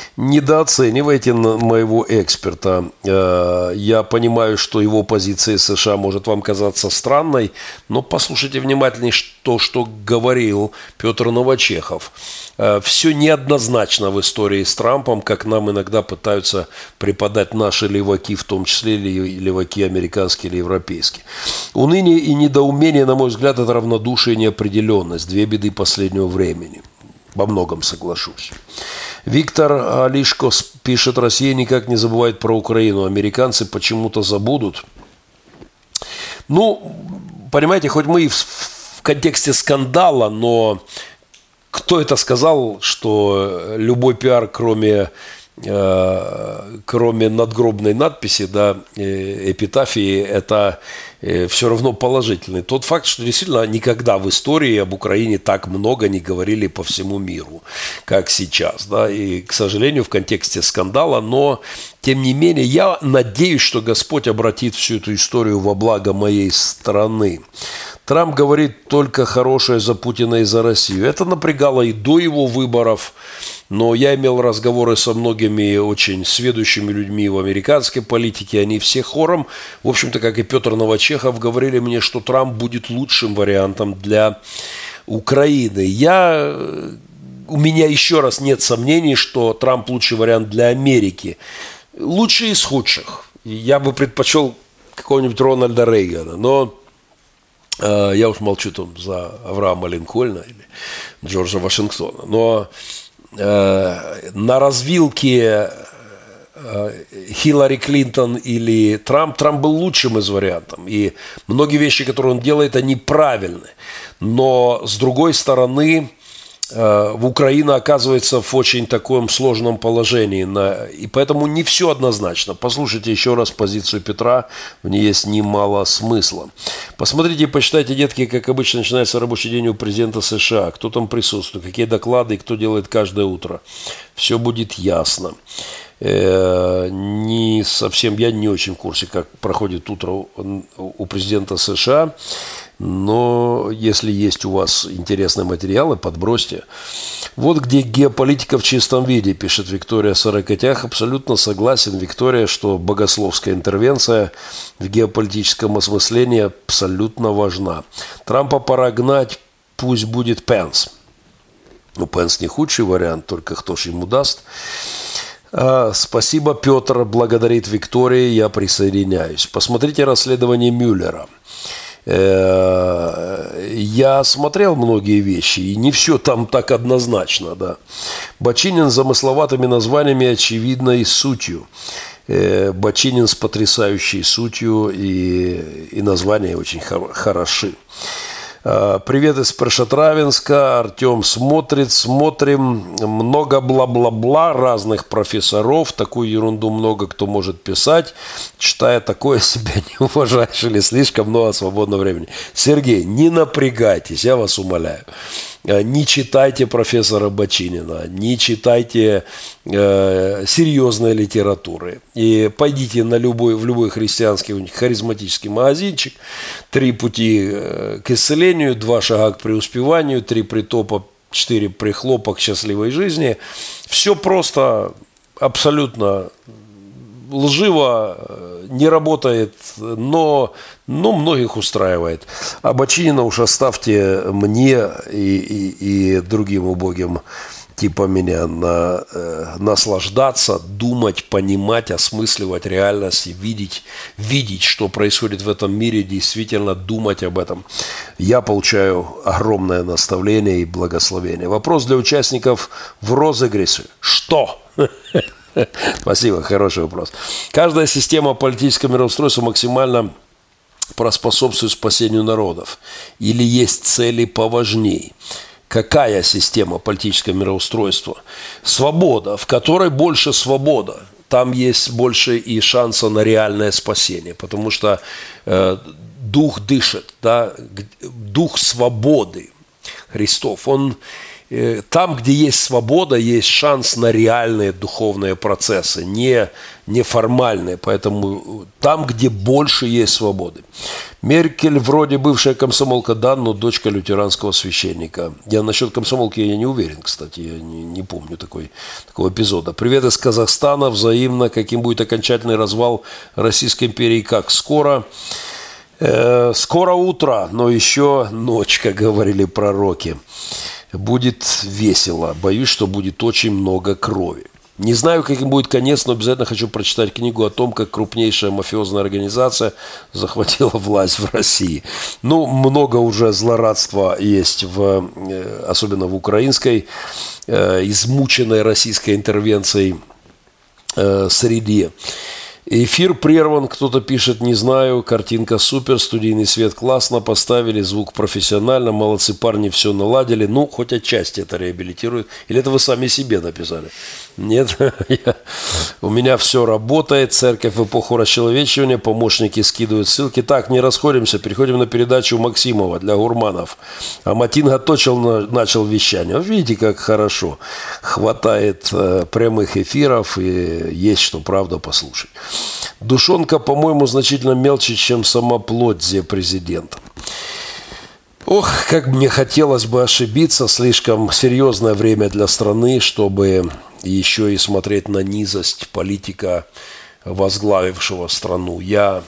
недооценивайте моего эксперта. Я понимаю, что его позиция США может вам казаться странной, но послушайте внимательнее то, что говорил Петр Новочехов. Все неоднозначно в истории с Трампом, как нам иногда пытаются преподать наши леваки, в том числе леваки американские или европейские. Уныние и недоумение, на мой взгляд, это равнодушие и неопределенность. Две беды последнего времени. Во многом соглашусь. Виктор Алишко пишет: Россия никак не забывает про Украину. Американцы почему-то забудут. Ну, понимаете, хоть мы и в, в контексте скандала, но кто это сказал, что любой пиар, кроме, э, кроме надгробной надписи, да, э, эпитафии, это э, все равно положительный. Тот факт, что действительно никогда в истории об Украине так много не говорили по всему миру, как сейчас. Да, и, к сожалению, в контексте скандала, но, тем не менее, я надеюсь, что Господь обратит всю эту историю во благо моей страны. Трамп говорит только хорошее за Путина и за Россию. Это напрягало и до его выборов, но я имел разговоры со многими очень сведущими людьми в американской политике. Они все хором, в общем-то, как и Петр Новочехов, говорили мне, что Трамп будет лучшим вариантом для Украины. Я, у меня еще раз нет сомнений, что Трамп лучший вариант для Америки. Лучший из худших. Я бы предпочел какого-нибудь Рональда Рейгана, но... Я уж молчу там за Авраама Линкольна или Джорджа Вашингтона. Но э, на развилке э, Хиллари Клинтон или Трамп, Трамп был лучшим из вариантов. И многие вещи, которые он делает, они правильны. Но, с другой стороны, э, Украина оказывается в очень таком сложном положении. На, и поэтому не все однозначно. Послушайте еще раз позицию Петра, в ней есть немало смысла. Посмотрите и почитайте, детки, как обычно начинается рабочий день у президента США. Кто там присутствует, какие доклады и кто делает каждое утро. Все будет ясно. Э, не совсем, я не очень в курсе, как проходит утро у президента США. Но если есть у вас интересные материалы, подбросьте. Вот где геополитика в чистом виде, пишет Виктория Сорокотях. Абсолютно согласен, Виктория, что богословская интервенция в геополитическом осмыслении абсолютно важна. Трампа пора гнать, пусть будет Пенс. Ну, Пенс не худший вариант, только кто ж ему даст. А, спасибо, Петр, благодарит Виктория, я присоединяюсь. Посмотрите расследование Мюллера. Я смотрел многие вещи, и не все там так однозначно, да. Бачинин с замысловатыми названиями, очевидной сутью. Бачинин с потрясающей сутью, и, и названия очень хороши. Привет из Прешетравинска. Артем смотрит, смотрим. Много бла-бла-бла разных профессоров. Такую ерунду много кто может писать. Читая такое, себя не уважаешь или слишком много свободного времени. Сергей, не напрягайтесь, я вас умоляю. Не читайте профессора Бачинина, не читайте э, серьезной литературы. И пойдите на любой, в любой христианский харизматический магазинчик. Три пути э, к исцелению, два шага к преуспеванию, три притопа, четыре прихлопа к счастливой жизни. Все просто, абсолютно лживо, не работает, но, но многих устраивает. А Бачинина уж оставьте мне и, и, и другим убогим типа меня на, э, наслаждаться, думать, понимать, осмысливать реальность и видеть, видеть, что происходит в этом мире, действительно думать об этом. Я получаю огромное наставление и благословение. Вопрос для участников в розыгрыше. Что? Спасибо, хороший вопрос. Каждая система политического мироустройства максимально проспособствует спасению народов. Или есть цели поважней? Какая система политического мироустройства? Свобода. В которой больше свобода, там есть больше и шанса на реальное спасение. Потому что э, дух дышит, да, дух свободы Христов, он там, где есть свобода, есть шанс на реальные духовные процессы, не неформальные. Поэтому там, где больше есть свободы. Меркель вроде бывшая комсомолка, да, но дочка лютеранского священника. Я насчет комсомолки я не уверен, кстати, я не, не помню такой, такого эпизода. Привет из Казахстана, взаимно. Каким будет окончательный развал Российской империи, как скоро? Э, скоро утро, но еще ночь, как говорили пророки. Будет весело. Боюсь, что будет очень много крови. Не знаю, каким будет конец, но обязательно хочу прочитать книгу о том, как крупнейшая мафиозная организация захватила власть в России. Ну, много уже злорадства есть, в, особенно в украинской, измученной российской интервенцией среде. Эфир прерван, кто-то пишет, не знаю, картинка супер, студийный свет классно поставили, звук профессионально, молодцы парни, все наладили. Ну, хоть отчасти это реабилитирует. Или это вы сами себе написали? Нет, я, у меня все работает, церковь в эпоху расчеловечивания, помощники скидывают ссылки. Так, не расходимся, переходим на передачу Максимова для гурманов. А Матинга точно начал вещание. Вот видите, как хорошо. Хватает э, прямых эфиров и есть что, правда, послушать. Душонка, по-моему, значительно мелче, чем сама плоть зе президента. Ох, как мне хотелось бы ошибиться. Слишком серьезное время для страны, чтобы еще и смотреть на низость политика, возглавившего страну. Я,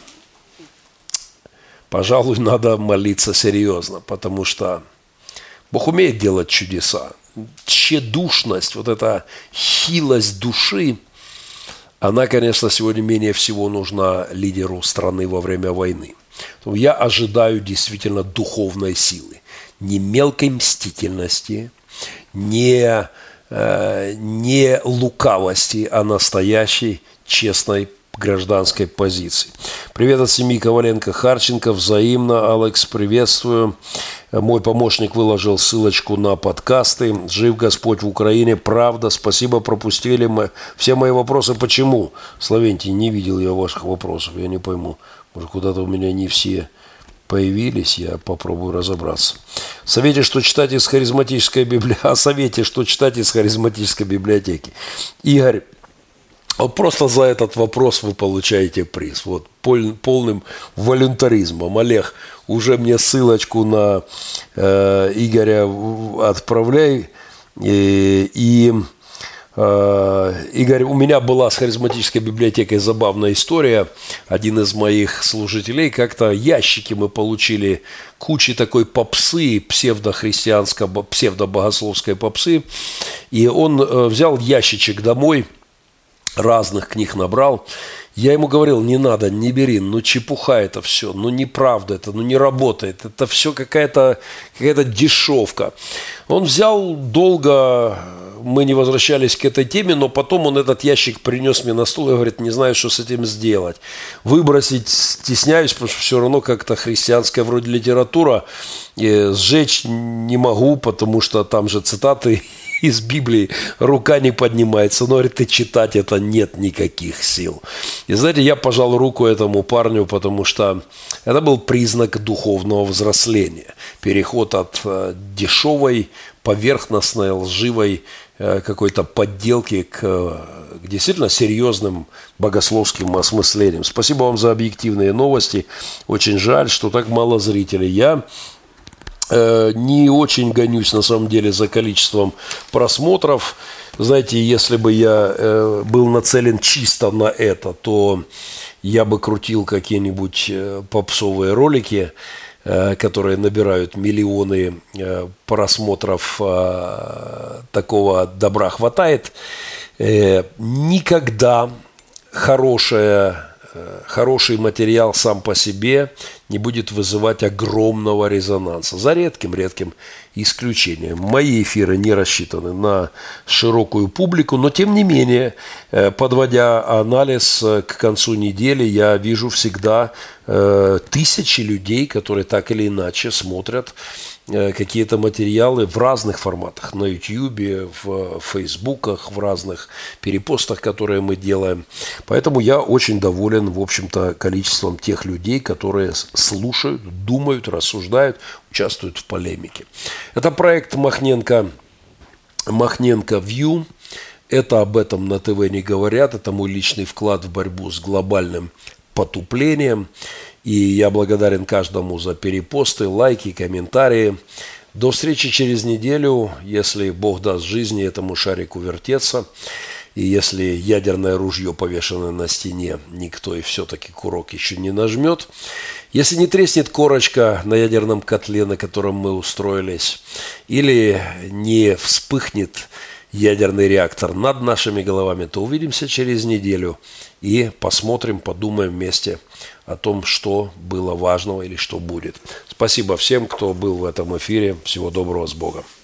пожалуй, надо молиться серьезно, потому что Бог умеет делать чудеса. Тщедушность, вот эта хилость души, она, конечно, сегодня менее всего нужна лидеру страны во время войны. Я ожидаю действительно духовной силы. Не мелкой мстительности, не, э, не лукавости, а настоящей честной гражданской позиции. Привет от семьи Коваленко-Харченко. Взаимно, Алекс, приветствую. Мой помощник выложил ссылочку на подкасты. Жив Господь в Украине. Правда. Спасибо, пропустили мы все мои вопросы. Почему? Словентий, не видел я ваших вопросов. Я не пойму. Может, куда-то у меня не все появились. Я попробую разобраться. Совете, что читать из харизматической библиотеки. О совете, что читать из харизматической библиотеки. Игорь, вот просто за этот вопрос вы получаете приз. Вот пол, полным волюнтаризмом. Олег, уже мне ссылочку на э, Игоря отправляй. И, и э, Игорь, у меня была с харизматической библиотекой забавная история. Один из моих служителей, как-то ящики мы получили, кучи такой попсы, псевдохристианской, псевдобогословской попсы. И он э, взял ящичек домой, разных книг набрал. Я ему говорил, не надо, не бери, ну чепуха это все, ну неправда это, ну не работает, это все какая-то какая-то дешевка. Он взял долго, мы не возвращались к этой теме, но потом он этот ящик принес мне на стол и говорит, не знаю, что с этим сделать. Выбросить стесняюсь, потому что все равно как-то христианская вроде литература, и сжечь не могу, потому что там же цитаты из Библии, рука не поднимается. Но, говорит, и читать это нет никаких сил. И знаете, я пожал руку этому парню, потому что это был признак духовного взросления. Переход от э, дешевой, поверхностной, лживой э, какой-то подделки к, к действительно серьезным богословским осмыслениям. Спасибо вам за объективные новости. Очень жаль, что так мало зрителей. Я не очень гонюсь, на самом деле, за количеством просмотров. Знаете, если бы я э, был нацелен чисто на это, то я бы крутил какие-нибудь э, попсовые ролики, э, которые набирают миллионы э, просмотров. Э, такого добра хватает. Э, никогда хорошая... хороший материал сам по себе не будет вызывать огромного резонанса. За редким-редким исключением. Мои эфиры не рассчитаны на широкую публику, но тем не менее, подводя анализ к концу недели, я вижу всегда тысячи людей, которые так или иначе смотрят какие-то материалы в разных форматах, на Ютьюбе, в Фейсбуках, в разных перепостах, которые мы делаем. Поэтому я очень доволен, в общем-то, количеством тех людей, которые слушают, думают, рассуждают, участвуют в полемике. Это проект Махненко Махненко Вью. Это об этом на ТВ не говорят. Это мой личный вклад в борьбу с глобальным потуплением. И я благодарен каждому за перепосты, лайки, комментарии. До встречи через неделю, если Бог даст жизни этому шарику вертеться. И если ядерное ружье повешено на стене, никто и все-таки курок еще не нажмет. Если не треснет корочка на ядерном котле, на котором мы устроились, или не вспыхнет ядерный реактор над нашими головами, то увидимся через неделю и посмотрим, подумаем вместе о том, что было важного или что будет. Спасибо всем, кто был в этом эфире. Всего доброго, с Богом.